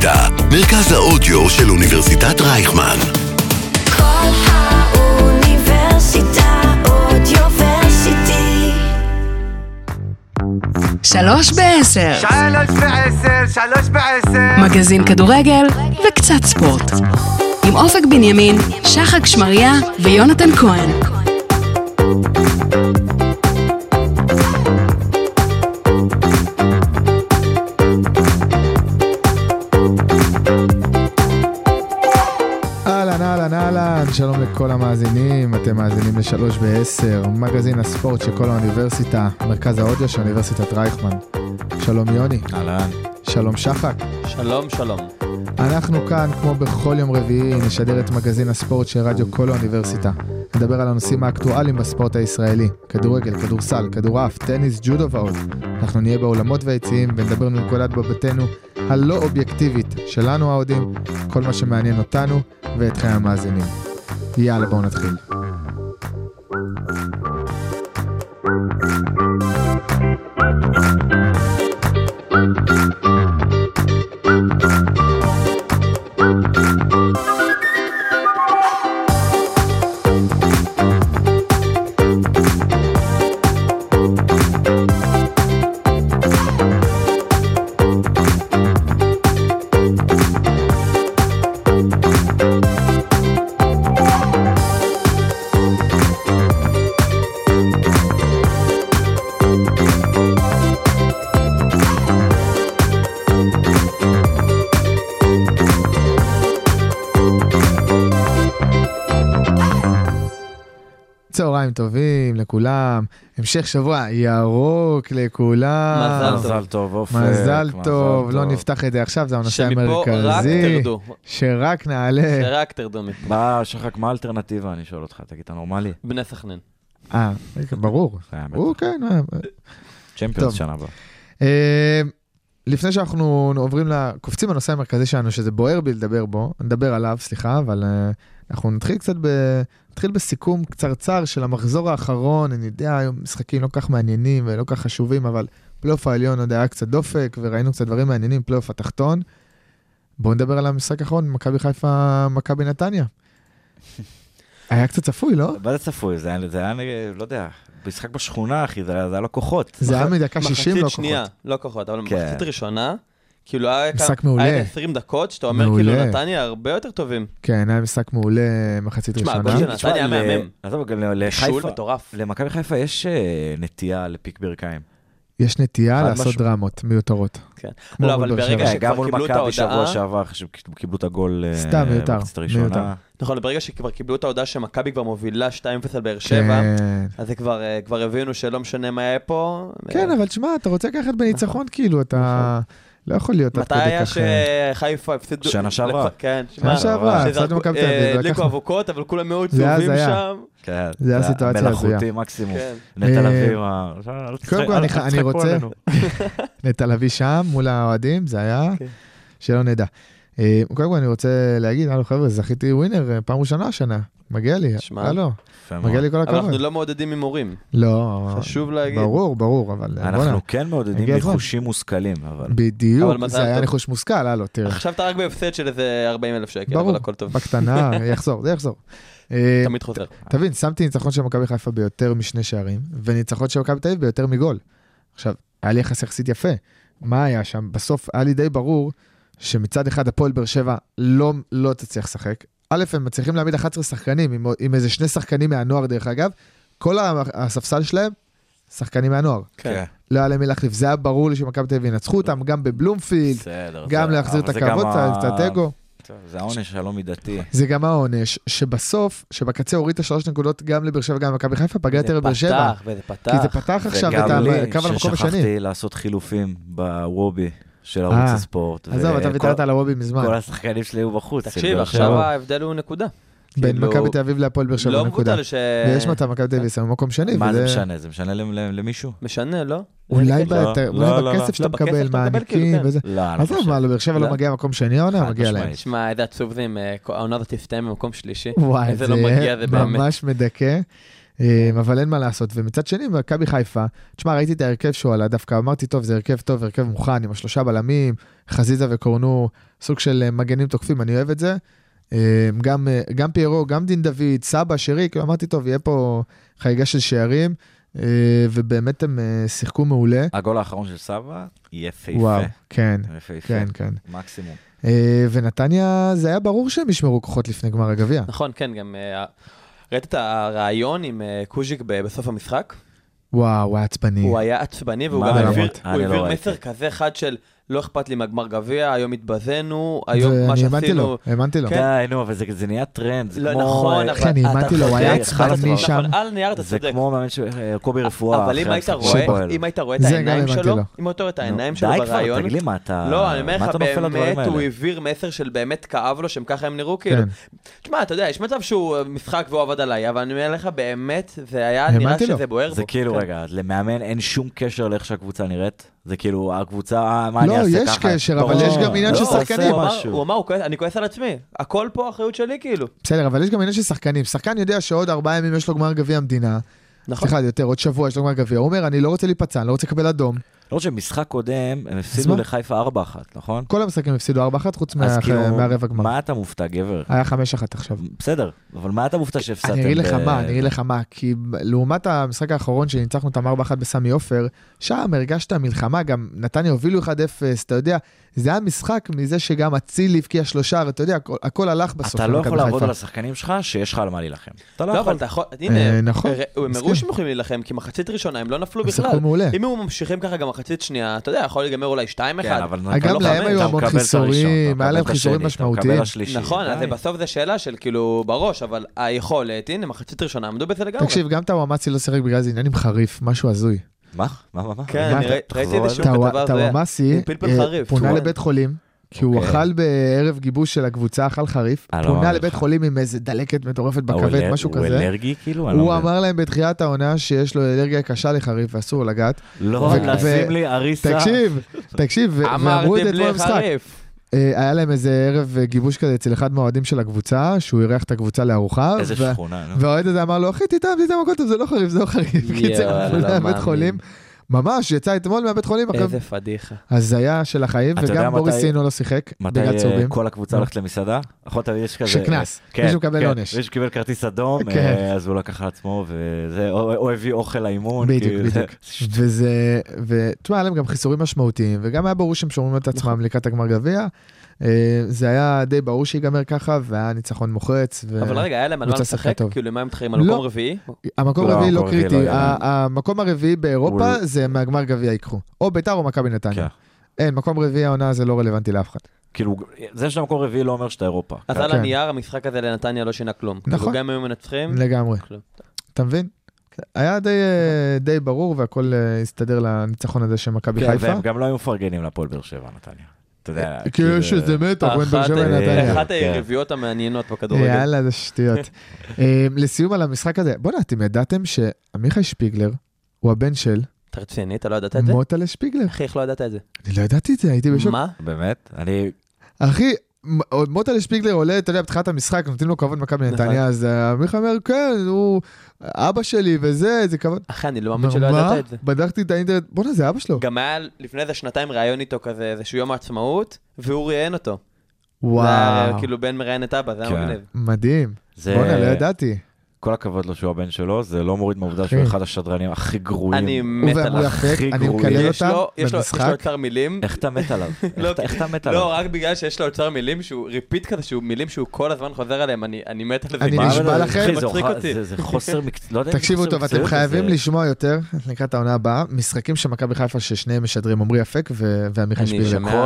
האוניברסיטה, מרכז האודיו של אוניברסיטת רייכמן. כל האוניברסיטה אודיוורסיטי. 3:10 3:10 מגזין כדורגל וקצת ספורט עם אופק בנימין, שחק שמריה ויונתן כהן. אהלן, שלום לכל המאזינים, אתם מאזינים ל3:10, מגזין הספורט של כל האוניברסיטה, מרכז האודיו של אוניברסיטת רייכמן. שלום יוני. אהלן. שלום שחק. שלום. אנחנו כאן, כמו בכל יום רביעי, נשדר את מגזין הספורט של רדיו כל האוניברסיטה. נדבר על הנושאים האקטואליים בספורט הישראלי, כדורגל, כדורסל, כדורעף, טניס, ג'ודו ועוד. אנחנו נהיה באולמות והיציעים ונדבר מנקודת מבטנו הלא אובייקטיבית שלנו האוהדים, כל מה שמעניין אותנו ואתכם המאזינים. יאללה, בואו נתחיל. צהריים טובים לכולם, המשך שבוע ירוק לכולם. מזל טוב, אופק. מזל טוב, לא נפתח את זה עכשיו, זה הנושא המרכזי. שרק נעלה. שרק תרדו מפה. מה, שחק, מה האלטרנטיבה? אני שואל אותך, תגיד, אתה נורמלי? בני סכנין. ברור. כן. צ'מפיונס שנה הבאה. לפני שאנחנו עוברים לקופצים הנושא המרכזי שלנו, שזה בוער בי לדבר בו, נדבר עליו, סליחה, אבל אנחנו נתחיל בסיכום קצרצר של המחזור האחרון. אני יודע, היום משחקים לא כך מעניינים ולא כך חשובים, אבל פלייאוף העליון עוד היה קצת דופק, וראינו קצת דברים מעניינים, פלייאוף התחתון. בואו נדבר על המשחק האחרון, מכבי חיפה, מכבי נתניה. היה קצת צפוי, לא? מה זה צפוי? זה היה, לא יודע, משחק בשכונה, אחי, זה היה לא כוחות. זה היה מדקה 60 לא כוחות. מחצית שנייה, לא כוחות, אבל מחצית ראשונה, כאילו משחק מעולה. היה 20 דקות, שאתה אומר כאילו נתניה הרבה יותר טובים. כן, היה משחק מעולה מחצית ראשונה. הגול של נתניה מהמם. שול מטורף. למכבי חיפה יש נטייה לפיק ברכיים. יש נטייה לעשות דרמות מיותרות. כן. לא, אבל ברגע שכבר קיבלו את ההודעה... שבוע שעבר, קיבלו את הגול במחצית הראשונה. נכון, ברגע שכבר קיבלו את ההודעה שמכבי כבר מובילה 2-0 על באר שבע, אז זה כבר הבינו שלא משנה מה היה פה. כן, אבל תשמע, אתה רוצה לקחת בניצחון, כאילו, אתה... לא יכול להיות עד כדי כך. מתי היה שחיפה הפסידו... שנה שעברה. כן, שנה שעברה, הפסדנו מכבי תל אביב. הדליקו אבוקות, אבל כולם מאוד צהובים שם. כן, זה הסיטואציה הזויה. מלאכותי מקסימום. נטע לביא, קודם כל אני רוצה... נטע לביא שם, מול האוהדים, זה היה... שלא נדע. קודם כל אני רוצה להגיד, חבר'ה, זכיתי ווינר פעם ראשונה השנה. מגיע לי. מגיע לי כל הכבוד. אנחנו לא מעודדים ממורים. לא. חשוב להגיד. ברור, אבל... אנחנו כן מעודדים ניחושים מושכלים, אבל... בדיוק, זה היה ניחוש מושכל, תראה. עכשיו אתה רק בהפסד של איזה 40,000 שקל, אבל הכל טוב. בקטנה, זה יחזור. תמיד חוזר. תבין, שמתי ניצחון של מכבי חיפה ביותר משני שערים, וניצחון של מכבי תל אביב ביותר מגול. עכשיו, היה לי יחסית יפה. מה היה שם? בסוף היה לי די ברור שמצד אחד הפועל באר שבע לא תצליח לשחק. א', הם מצליחים להעמיד 11 שחקנים, עם איזה 2 שחקנים מהנוער דרך אגב. כל הספסל שלהם, שחקנים מהנוער. כן. לא היה להם מי להחליף. זה היה ברור לי שמכבי תל אביב ינצחו אותם, גם בבלומפילד, גם להחזיר את הכבוד, את האגו. זה העונש הלא מידתי. זה גם העונש, שבסוף, שבקצה הוריד את 3 נקודות גם לבאר שבע, גם למכבי חיפה, פגע יותר לבאר שבע. כי זה פתח עכשיו את הקו על המקום השני. ששכחתי לעשות חילופים בוובי של ערוץ הספורט. עזוב, אתה ויתרת על הוובי מזמן. כל השחקנים שלי היו בחוץ. תקשיב, עכשיו ההבדל הוא נקודה. בין מכבי תל אביב להפועל באר שבע לא נקודה. מבוטל ויש מצב מכבי תל אביב זה במקום שני. מה זה משנה? זה משנה למישהו? משנה, לא? אולי בכסף שאתה מקבל, מעניקים וזה. אז מה, לבאר שבע לא מגיע מקום שני, העונה מגיע להם. שמע, איזה עצוב זה עם העונה הזאת תסתיים במקום שלישי. וואי, זה ממש מדכא. אבל אין מה לעשות. ומצד שני, מכבי חיפה, תשמע, ראיתי את ההרכב שהוא עלה, דווקא אמרתי, טוב, זה הרכב טוב, הרכב מוכן, עם השלושה בלמים, חזיזה וקורנו, סוג של מגנים תוקפים, אני אוהב את זה. גם פיירו, גם דין דוד, סבא, שרי, כאילו אמרתי, טוב, יהיה פה חגיגה של שערים, ובאמת הם שיחקו מעולה. הגול האחרון של סבא, יפהפה. וואו, כן, יפהפה. כן, כן. מקסימום. ונתניה, זה היה ברור שהם ישמרו כוחות לפני גמר הגביע. נכון, כן, גם ראית את הרעיון עם קוז'יק בסוף המשחק? וואו, הוא היה עצבני. הוא היה עצבני, והוא גם העביר מסר כזה אחד של לא אכפת לי מהגמר גביע, היום התבזנו, היום מה שעשינו... האמנתי לו. די, נו, אבל זה נהיה טרנד, זה כמו... נכון, אבל... כן, האמנתי לו, הוא היה עצבני שם. נכון, על נייר אתה צודק. זה כמו מאמן קובי רפואה. אבל אם היית רואה את העיניים שלו, אם אתה רואה את העיניים שלו ברעיון... די כבר, תגיד לי מה אתה... לא, אני אומר לך, באמת הוא העביר מסר של באמת כאב לו, שהם ככה הם נראו כאילו. תשמע, אתה יודע, יש מצב שהוא משחק והוא עבד עליי, אבל אני אומר לך, באמת, זה היה נראה שזה בוער בו. זה כאילו, רגע, למאמן אין שום קשר לאיך שהקבוצה נראית. זה כאילו, הקבוצה, מה אני אעשה ככה? לא, יש קשר, אבל יש גם עניין של שחקנים. הוא אמר, אני כועס על עצמי. הכל פה אחריות שלי, כאילו. בסדר, אבל יש גם עניין של שחקנים. שחקן יודע שעוד 4 ימים יש לו גמר גביע המדינה. סליחה, יותר, עוד שבוע יש לו גמר גביע. הוא אומר, אני לא רוצה להיפצע, אני לא רוצה לקבל אדום. לא רוצה שמשחק קודם, הם הפסידו לחיפה 4-1, נכון? כל המשחקים הפסידו 4-1, חוץ מהרבע גמר. מה אתה מופתע, גבר? היה 5-1 עכשיו. בסדר, אבל מה אתה מופתע שהפסדתם? אני אגיד לך מה, כי לעומת המשחק האחרון שניצחנו אותם 4-1 בסמי עופר, שם הרגשת מלחמה, גם נתניה הובילו 1-0, אתה יודע, זה היה משחק מזה שגם אצילי הבקיע 3, ואתה יודע, הכל הלך בסוף. אתה לא יכול לעבוד על השחקנים שלך שיש לך על מה להילחם. אתה לא יכול. הנה, הם הראו שהם יכולים להילחם, כי מחצית ראשונה הם לא נפלו בכלל. אם הם ממשיכים ככה גם מחצית שנייה, אתה יודע, יכול להיגמר אולי 2-1. גם להם היו המון חיסורים, היה להם חיסורים משמעותיים. נכון, אז בסוף זה שאלה של כאילו בראש, אבל היכולת, הנה, מחצית ראשונה, עמדו בזה לגמרי. תקשיב, גם טאוואמאסי לא שיחק בגלל זה עניינים חריף, משהו הזוי. מה? כן, אני ראיתי איזשהו כתבה, טאוואמאסי פונה לבית חולים, כי הוא אכל בערב גיבוש של הקבוצה, אכל חריף, פונה לבית חולים עם איזה דלקת מטורפת בכבד, משהו כזה. הוא אלרגי כאילו? הוא אמר להם בתחילת העונה שיש לו אלרגיה קשה לחריף, ואסור לגעת. לא, לשים לי אריסה. תקשיב, ואמרו את זה אתמול במשחק. היה להם איזה ערב גיבוש כזה אצל אחד מהאוהדים של הקבוצה, שהוא אירח את הקבוצה לארוחה. איזה שכונה, נו. והאוהד הזה אמר לו, אחי, תיתם, הכל טוב, זה לא חריף, זה לא חריף. בית חולים. ממש, יצא אתמול מהבית חולים. איזה פדיחה. אז זה היה של החיים, וגם בוריס סינו לא שיחק, בגלל צהובים. מתי כל הקבוצה הולכת למסעדה? יש כזה... שקנס, מישהו מקבל עונש. מישהו קיבל כרטיס אדום, אז הוא לקח על עצמו, או הביא אוכל לאימון. בדיוק. ותשמע, היה להם גם חיסורים משמעותיים, וגם היה ברור שהם שומרים את עצמם לקראת הגמר גביע. זה היה די ברור שיגמר ככה, והיה ניצחון מוחץ. אבל רגע, היה להם על מה לשחק? כאילו, למה הם מתחרים? על מקום רביעי? המקום הרביעי לא קריטי. המקום הרביעי באירופה זה מהגמר גביע יקחו. או ביתר או מכבי נתניה. אין, מקום רביעי העונה זה לא רלוונטי לאף אחד. כאילו, זה שהמקום רביעי לא אומר שאתה אירופה. אז על הנייר המשחק הזה לנתניה לא שינה כלום. נכון. גם הם מנצחים. לגמרי. אתה מבין? היה די ברור, והכל הסתדר לניצחון הזה של מכבי חיפה. והם גם לא היו מפרגנים לפועל באר שבע, נתניה. כי יש איזה מתח בין באר שבע לנתניה. אחת היריביות המעניינות בכדורגל. יאללה, זה שטויות. לסיום על המשחק הזה, בוא'נה, אתם ידעתם שעמיחי שפיגלר הוא הבן של... אתה רציני, אתה לא ידעת את זה? מוטלה שפיגלר. אחי, איך לא ידעת את זה? אני לא ידעתי את זה, הייתי בשוק. מה? באמת? אחי, מוטלה שפיגלר עולה, אתה יודע, בתחילת המשחק, נותנים לו כבוד מכבי נתניה, אז עמיחי אומר, כן, הוא אבא שלי וזה, זה כבוד. אחי, אני לא מאמין שלא ידעת את זה. בדקתי את האינטרנט, בוא'נה, זה אבא שלו. גם היה לפני איזה 2 ראיון איתו כזה, איזשהו יום העצמאות, והוא ראיין אותו. וואו. כאילו בן מראיין את אבא, זה היה מגניב. מדהים. בוא'נה, לא ידעתי. כל הכבוד לו שהוא הבן שלו, זה לא מוריד מהעובדה שהוא אחד השדרנים הכי גרועים. אני מת עליו. אני מקלל אותם יש לו במשחק. אוצר מילים. איך אתה מת עליו? איך אתה מת עליו? לא, רק בגלל שיש לו אוצר מילים, שהוא ריפיט כזה, שהוא מילים שהוא כל הזמן חוזר עליהם, אני מת על זה. אני נשבע לכם. זה חוסר מקצוע. תקשיבו טוב, אתם חייבים לשמוע יותר, לקראת העונה הבאה, משחקים של מכבי חיפה ששניהם משדרים, עמרי אפק ועמיחי שפיגלר.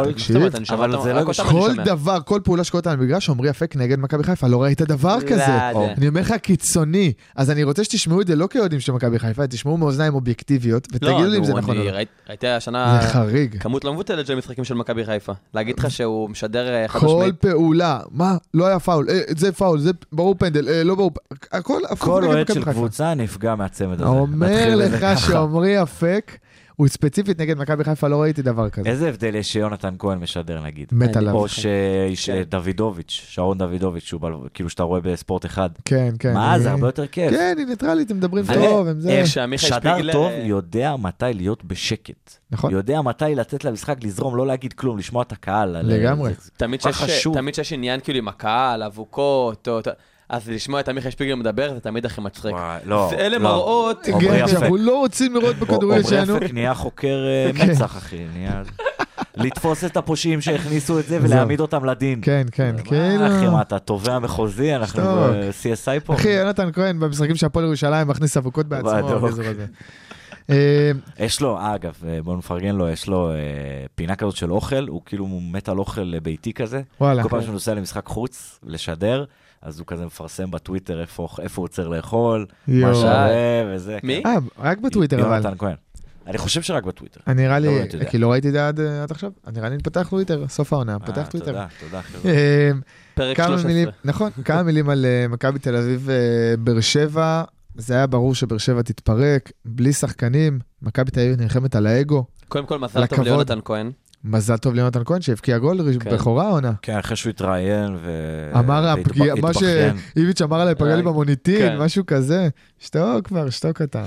כל דבר, כל פעולה שקורית על המגרש, עמרי אפק נגד מכבי חיפה, לא ראית דבר כזה. אני אומר לך קיצוני. אז אני רוצה שתשמעו את זה לא כאוהדים של מכבי חיפה, תשמעו מאוזניים אובייקטיביות, ותגידו לי אם זה נכון או לא. ראיתי השנה חריג. כמות לא מבוטלת של משחקים של מכבי חיפה. להגיד לך שהוא משדר חד כל משמעית. פעולה, מה? לא היה פאול, זה פאול, זה ברור פנדל, לא ברור, הכל כל אוהד של קבוצה נפגע מהצמד הזה. אומר לך שעמרי אפק, הוא ספציפית נגד מכבי חיפה, לא ראיתי דבר כזה. איזה הבדל יש שיונתן כהן משדר, נגיד? מת עליו. או שדוידוביץ', שרון דוידוביץ', כאילו שאתה רואה בספורט אחד. כן, כן. מה, זה הרבה יותר כיף. כן, היא ניטרלית, הם מדברים טוב, הם זה. שדר טוב יודע מתי להיות בשקט. נכון. יודע מתי לתת למשחק לזרום, לא להגיד כלום, לשמוע את הקהל. לגמרי. תמיד שיש עניין כאילו עם הקהל, אבוקות, אז לשמוע את עמיחי שפיגלר מדבר, זה תמיד הכי מצחיק. אלה מראות... אנחנו לא רוצים לראות בכדורגל שלנו. עומרי אפק נהיה חוקר מצח, אחי. לתפוס את הפושעים שהכניסו את זה ולהעמיד אותם לדין. כן, כן. אחי, מה, אתה תובע מחוזי? אנחנו ב-CSI פה. אחי, יונתן כהן, במשחקים שהפועל ירושלים מכניס אבוקות בעצמו. יש לו, אגב, בוא נפרגן לו, יש לו פינה כזאת של אוכל, הוא כאילו מת על אוכל ביתי כזה. כל פעם שהוא נוסע למשחק חוץ, לשדר, אז הוא כזה מפרסם בטוויטר איפה הוא צריך לאכול, מה שווה וזה. מי? רק בטוויטר אבל. יונתן כהן. אני חושב שרק בטוויטר. אני נראה לי, כי לא ראיתי את זה עד עכשיו, אני נראה לי פתח טוויטר, סוף העונה, פתח טוויטר. תודה. פרק 13. נכון, כמה מילים על מכבי תל אביב באר שבע, זה היה ברור שבאר שבע תתפרק, בלי שחקנים, מכבי תל אביב נלחמת על האגו. קודם כל, מזל טוב ליונתן כהן. מזל טוב ליונתן כהן, שהבקיע גול בכורה העונה. כן, אחרי שהוא התראיין אמר, מה שאיביץ' אמר עליי, פגע לי במוניטין, משהו כזה. שתוק אתה.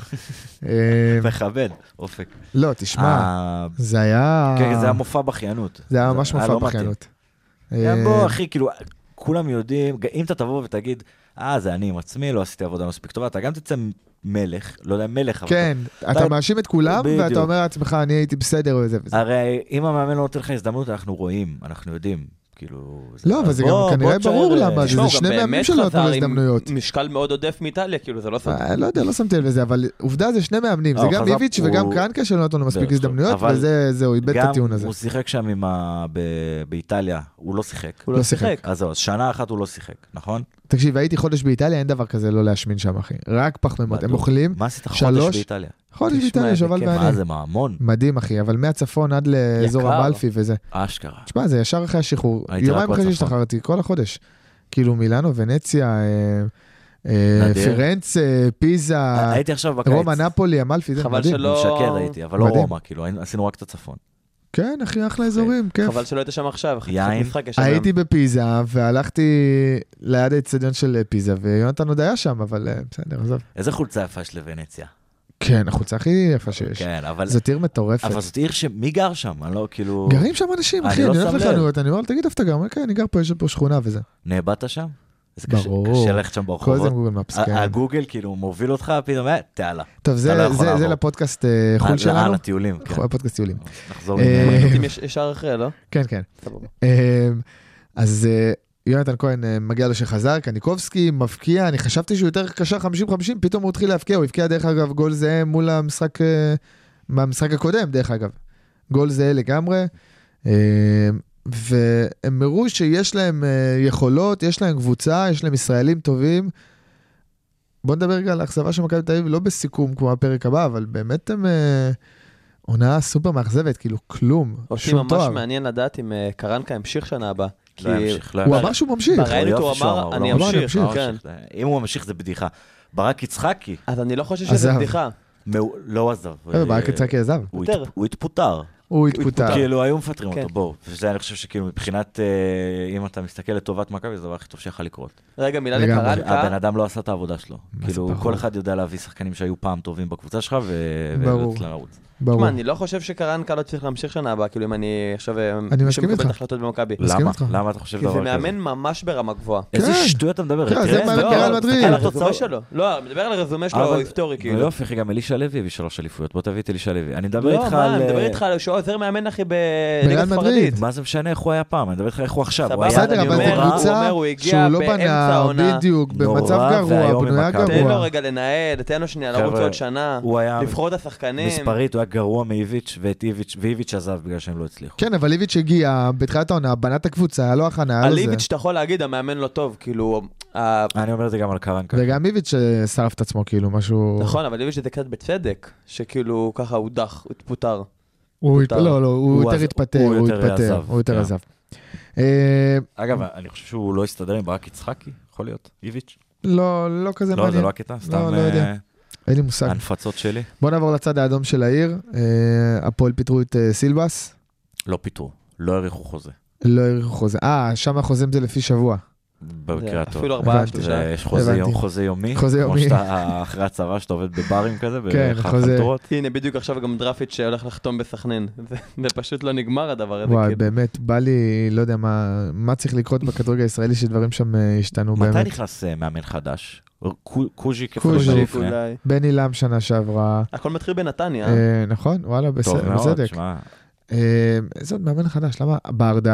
מכבד, אופק. לא, תשמע, זה היה... כן, זה היה מופע בחיינות. זה היה ממש מופע בחיינות. גם בוא, אחי, כאילו, כולם יודעים, אם אתה תבוא ותגיד, זה אני עם עצמי, לא עשיתי עבודה מספיק טובה, אתה גם תצא מלך, לא יודע, מלך. כן, אתה מאשים את כולם, ואתה אומר לעצמך, אני הייתי בסדר וזה. הרי אם המאמן לא נותן לך הזדמנות, אנחנו רואים, אנחנו יודעים, כאילו... לא, אבל זה גם כנראה ברור למה, זה שני מאמנים שלא נותנו הזדמנויות. משקל מאוד עודף מאיטליה, כאילו זה לא שמתי. לא יודע, לא שמתי על זה, אבל עובדה זה שני מאמנים, זה גם איביץ' וגם קרנקה שלא נותנו מספיק הזדמנויות, וזהו, איבד את הטיעון הזה. גם הוא שיחק שם באיטליה, הוא לא שיחק. לא שיחק. אז זהו, שנה אחת הוא לא שיחק, נכון? תקשיב, הייתי חודש באיטליה, אין דבר כזה לא להשמין שם, אחי. רק פחמימות, הם אוכלים. מה עשית חודש באיטליה? חודש באיטליה, שובל ואני. מה זה, מעמון? מדהים, אחי, אבל מהצפון עד לאזור המלפי וזה. אשכרה. תשמע, זה ישר אחרי השחרור. יומיים אחרי שהשתחררתי, כל החודש. כאילו מילאנו, ונציה, פירנץ, פיזה, רומא, נפולי, המלפי, זה מדהים. משקר הייתי, אבל לא רומא, כאילו, עשינו רק את הצפון. כן, אחי, אחלה אזורים, כיף. חבל שלא היית שם עכשיו. הייתי בפיזה, והלכתי ליד האצטדיון של פיזה, ויונתן עוד היה שם, אבל בסדר, עזוב. איזה חולצה יפה יש לוונציה? כן, החולצה הכי יפה שיש. כן, אבל... זאת עיר מטורפת. אבל זאת עיר מי גר שם? אני לא, כאילו... גרים שם אנשים, אחי, אני הולך לחנויות, אני אומר, תגיד איפה אתה גר? כן, אני גר פה, יש פה שכונה וזה. נאבדת שם? ברור. קשה ללכת שם ברחובות. כל זה גוגל מפס, כן. הגוגל כאילו מוביל אותך, פתאום, תעלה. טוב, זה לפודקאסט חול שלנו. הטיולים, כן. פודקאסט טיולים. נחזור ישר אחרי, לא? כן, כן. אז יונתן כהן מגיע לו שחזר, קניקובסקי מבקיע, אני חשבתי שהוא יותר קשר 50-50, פתאום הוא התחיל להבקיע, הוא הבקיע דרך אגב גול זהה מול המשחק הקודם, דרך אגב. גול זהה לגמרי. והם הראו שיש להם יכולות, יש להם קבוצה, יש להם ישראלים טובים. בוא נדבר רגע על האכזבה של מכבי תל אביב, לא בסיכום כמו הפרק הבא, אבל באמת הם עונה סופר מאכזבת, כאילו כלום, אותי ממש מעניין לדעת אם קרנקה המשיך שנה הבאה. הוא אמר שהוא ממשיך. בראיינית הוא אמר, אני אמשיך. אם הוא ממשיך זה בדיחה. ברק יצחקי. אז אני לא חושב שזה בדיחה. לא עזב. ברק יצחקי עזב. הוא התפוטר. הוא התפוטר. כאילו, היו מפטרים אותו, בואו. וזה אני חושב שכאילו מבחינת, אם אתה מסתכל לטובת מכבי, זה דבר הכי טוב שיכול לקרות. רגע, מילה לקרנקה. הבן אדם לא עשה את העבודה שלו. כאילו, כל אחד יודע להביא שחקנים שהיו פעם טובים בקבוצה שלך, ולצל לרוץ. ברור. אני לא חושב שקרנקה לא צריך להמשיך שנה הבאה, כאילו אם אני עכשיו מסכים איתך. החלטות במכבי. למה אתה חושב דבר כזה? כי זה מאמן ממש ברמה גבוהה. איזה שטויות אתה מדבר? זה מאמן ריאל מדריד. על הרזומה שלו. לא, אני מדבר על הרזומה שלו היסטורי, כאילו. יופי, אחי, גם אלישע לוי הביא 3 אליפויות. בוא תביא את אלישע לוי. אני מדבר איתך על... אני מדבר איתך על שהוא עוזר מאמן, אחי, בליגה ספרדית. מה זה משנה איך הוא היה פעם? אני מדבר איתך איך הוא עכשיו. בסדר, אבל זה קבוצה שהוא לא בנה בדיוק, במצב גרוע, בנויה גרוע. תן לו רגע לנהל, תן לו שנייה לרוץ עוד שנה, לבחור את השחקנים. מספרית, הוא היה גרוע מאיביץ' ואיביץ' עזב בגלל שהם לא הצליחו. כן, אבל איביץ' הגיע, בתחילת העונה, בנה את הקבוצה, היה לו הכנה, על איביץ' אתה יכול להגיד, המאמן לא טוב, כאילו... אני אומר את זה גם על קרנקה. וגם איביץ' שרף את עצמו, כאילו, משהו... נכון, אבל איביץ' זה קצת בצדק, שכאילו ככה הוא דח, הוא התפוטר. הוא יותר התפטר, הוא יותר עזב. אגב, אני חושב שהוא לא הסתדר עם ברק יצחקי, יכול להיות, איביץ'. לא כזה מעניין. לא, זה לא הקטע, סתם... לא יודע. אין לי מושג. הנפצות שלי? בוא נעבור לצד האדום של העיר. הפועל פיטרו את סילבס. לא פיטרו, לא העריכו חוזה. לא העריכו חוזה. שם החוזים זה לפי שבוע. במקרה הטוב. אפילו 4-3. יש חוזה יומי. חוזה יומי. כמו שאתה אחרי הצבא, שאתה עובד בברים כזה, כן, חוזה. הנה, בדיוק עכשיו גם דרפיץ' שהולך לחתום בסכנין. זה פשוט לא נגמר הדבר הזה. וואי, באמת, בא לי, לא יודע מה צריך לקרות בכדורגל הישראלי, שדברים שם השתנו באמת. מתי נכנס מאמן חדש? קוז'יק. בני לם שנה שעברה. הכל מתחיל בנתניה. נכון, וואלה, טוב מאוד, בסדק. שמע. איזה עוד מאמן חדש, למה? ברדה.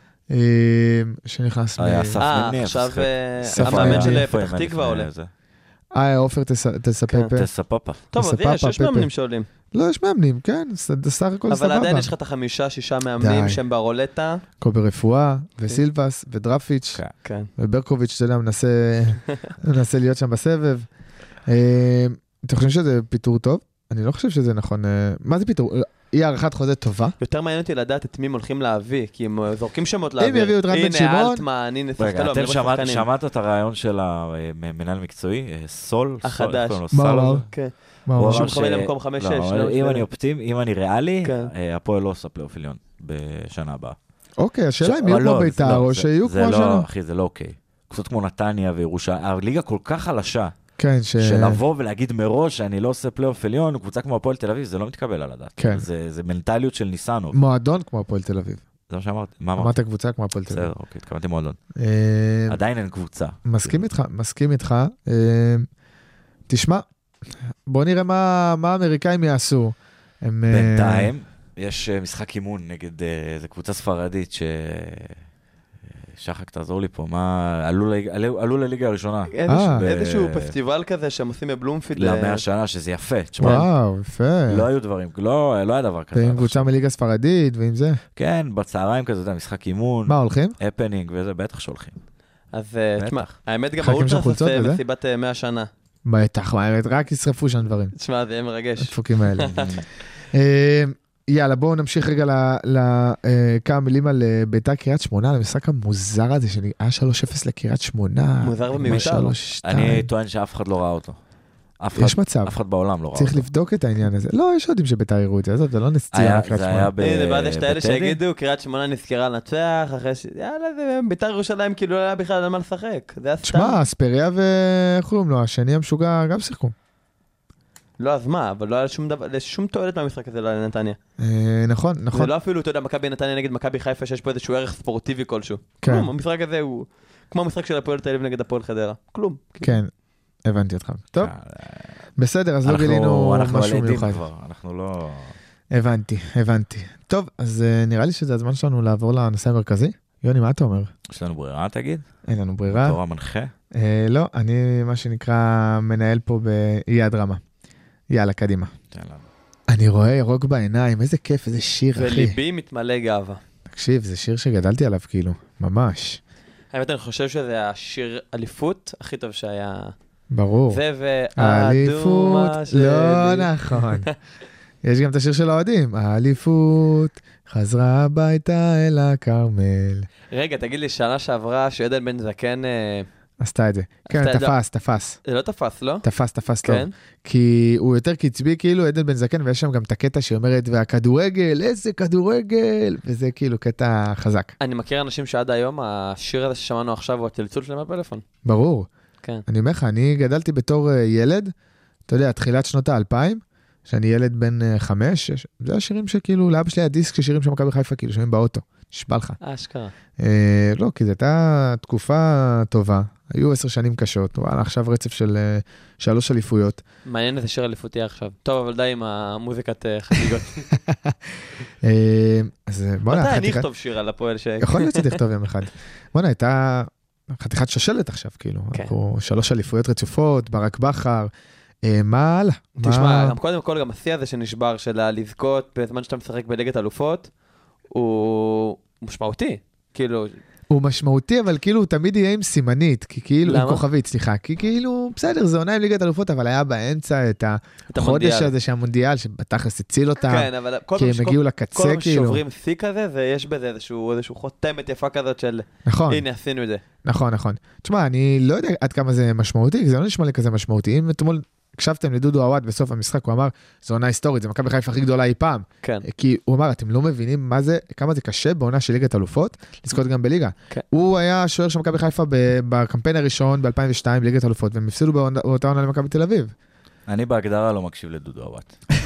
שנכנס היה אסף נמני. עכשיו המאמן של פתח תקווה עולה. עופר תספפה. טוב, אז יש מאמנים שעולים. לא, יש מאמנים, כן, סך הכל סבבה. אבל עדיין יש לך את 5-6 מאמנים שהם ברולטה. כל ברפואה, וסילבס, ודרפיץ', וברקוביץ', אתה יודע, מנסה להיות שם בסבב. אתם חושבים שזה פיתור טוב? אני לא חושב שזה נכון. מה זה פיתור? אי הערכת חוזה טובה. יותר מעניין אותי לדעת את מי הם הולכים להביא, כי הם זורקים שמות להביא. אם יביאו את רן בן שמעון. הנה אלטמן, הנה שחקנים. אתם שמעת את הרעיון של המנהל מקצועי? סול? החדש. מה? כן. הוא מכוון למקום 5-6. אם אני אופטימי, אם אני ריאלי, הפועל לא עושה פלייאוף עליון בשנה הבאה. אוקיי, השאלה אם יהיו כמו בית"ר, או שיהיו כמו שנה. אחי, זה לא אוקיי. קצת כמו נתניה וירושלים. הליגה כל כך חלשה. כן, שלבוא ולהגיד מראש שאני לא עושה פלייאוף עליון, קבוצה כמו הפועל תל אביב, זה לא מתקבל על הדעת. כן. זה מנטליות של ניסנוב. מועדון כמו הפועל תל אביב. זה מה שאמרתי. אמרת קבוצה כמו הפועל תל אביב. בסדר, אוקיי, התכוונתי מועדון. עדיין אין קבוצה. מסכים איתך. תשמע, בוא נראה מה האמריקאים יעשו. בינתיים, יש משחק אימון נגד איזו קבוצה ספרדית שחק, תעזור לי פה, מה, עלו לליגה הראשונה. איזשהו פסטיבל כזה שהם עושים בבלומפילד. ל100 שנה, שזה יפה. וואו, יפה. לא היו דברים, לא היה דבר כזה. ועם קבוצה מליגה ספרדית, ועם זה. כן, בצהריים כזה, משחק אימון. מה, הולכים? הפנינג וזה, בטח שהולכים. אז תשמע, האמת גם האולטרס עושה מסיבת 100 שנה. בטח, רק ישרפו שם דברים. תשמע, זה יהיה מרגש. הדפוקים האלה. יאללה, בואו נמשיך רגע לכמה מילים על בית"ר קריית שמונה, למשחק המוזר הזה שהיה 3-0 לקריית שמונה. מוזר ומיותר. אני טוען שאף אחד לא ראה אותו. יש מצב. אף אחד בעולם לא ראה אותו. צריך לבדוק את העניין הזה. לא, יש יודעים שבית"ר יראו את זה, זה לא נסתירה לקריית שמונה. הנה, ואז יש את האלה שיגידו, קריית שמונה נזכרה לנצח, אחרי ש... יאללה, בית"ר ירושלים כאילו לא היה בכלל על מה לשחק. זה היה סתם. תשמע, אספריה ואיך קוראים לו, השני המשוגע גם שיחקו. לא, אז מה, אבל לא היה שום תועלת מהמשחק הזה לנתניה. נכון. זה לא אפילו, אתה יודע, מכבי נתניה נגד מכבי חיפה, שיש פה איזשהו ערך ספורטיבי כלשהו. כן. כלום, המשחק הזה הוא כמו המשחק של הפועל תל אביב נגד הפועל חדרה. כלום. כן, הבנתי אותך. טוב, בסדר, אז לא גילינו משהו מיוחד. אנחנו לא... הבנתי. טוב, אז נראה לי שזה הזמן שלנו לעבור לנושא המרכזי. יוני, מה אתה אומר? יש לנו ברירה, תגיד? אין לנו ברירה. תורה מנחה? לא, אני מה שנקרא מנהל פה ביד רמה. יאללה, קדימה. אני רואה ירוק בעיניים, איזה כיף, איזה שיר, אחי. וליבי מתמלא גאווה. תקשיב, זה שיר שגדלתי עליו, כאילו, ממש. האמת, אני חושב שזה השיר אליפות הכי טוב שהיה... ברור. זה והאדומה שלי. לא נכון. יש גם את השיר של האוהדים. האליפות חזרה הביתה אל הכרמל. רגע, תגיד לי, שנה שעברה שעדן בן זקן... עשתה את זה. כן, תפס. זה לא תפס, לא? תפס טוב. כי הוא יותר קצבי, כאילו, עדן בן זקן, ויש שם גם את הקטע שאומרת, והכדורגל, איזה כדורגל, וזה כאילו קטע חזק. אני מכיר אנשים שעד היום, השיר הזה ששמענו עכשיו, הוא הצלצול שלהם בפלאפון. ברור. כן. אני אומר לך, אני גדלתי בתור ילד, אתה יודע, תחילת שנות ה-2000, שאני ילד בן 5, זה השירים שכאילו, לאבא שלי היה דיסק ששירים של מכבי חיפה, כאילו, שומעים באוטו. נשבע לך. אשכרה. לא, כי זו הייתה תקופה טובה. היו 10 שנים קשות. וואלה, עכשיו רצף של 3 אליפויות. מעניין איזה שיר אליפותי עכשיו. טוב, אבל די עם המוזיקת חגיגות. אז בוא'נה, מתי אני אכתוב שיר על הפועל ש... יכול להיות שתכתוב יום אחד. בוא'נה, הייתה חתיכת שושלת עכשיו, כאילו. אנחנו 3 אליפויות רצופות, ברק בכר. מה הלאה? תשמע, גם קודם כל, גם השיא הזה שנשבר של לזכות בזמן שאתה משחק בליגת אלופות, הוא משמעותי, כאילו... הוא משמעותי, אבל כאילו הוא תמיד יהיה עם סימנית, כי כאילו, עם כוכבית, סליחה, כי כאילו, בסדר, זה עונה עם ליגת אלופות, אבל היה באמצע את החודש הזה שהמונדיאל, שבתכלס הציל אותם, כן, אבל כי הם הגיעו לקצה, כאילו. כל שוברים שיא כזה, ויש בזה איזשהו חותמת יפה כזאת של, הנה, עשינו את זה. נכון. תשמע, אני לא יודע עד כמה זה משמעותי, כי זה לא נשמע לי כזה משמעותי. אם אתמול הקשבתם לדודו עווד בסוף המשחק, הוא אמר, זו עונה היסטורית, זה מכבי חיפה הכי גדולה אי פעם. כן. כי הוא אמר, אתם לא מבינים כמה זה קשה בעונה של ליגת אלופות, לזכות גם בליגה. כן. הוא היה שוער של מכבי חיפה בקמפיין הראשון ב-2002 בליגת אלופות, והם הפסידו באותה עונה למכבי תל אביב. אני בהגדרה לא מקשיב לדודו עווד.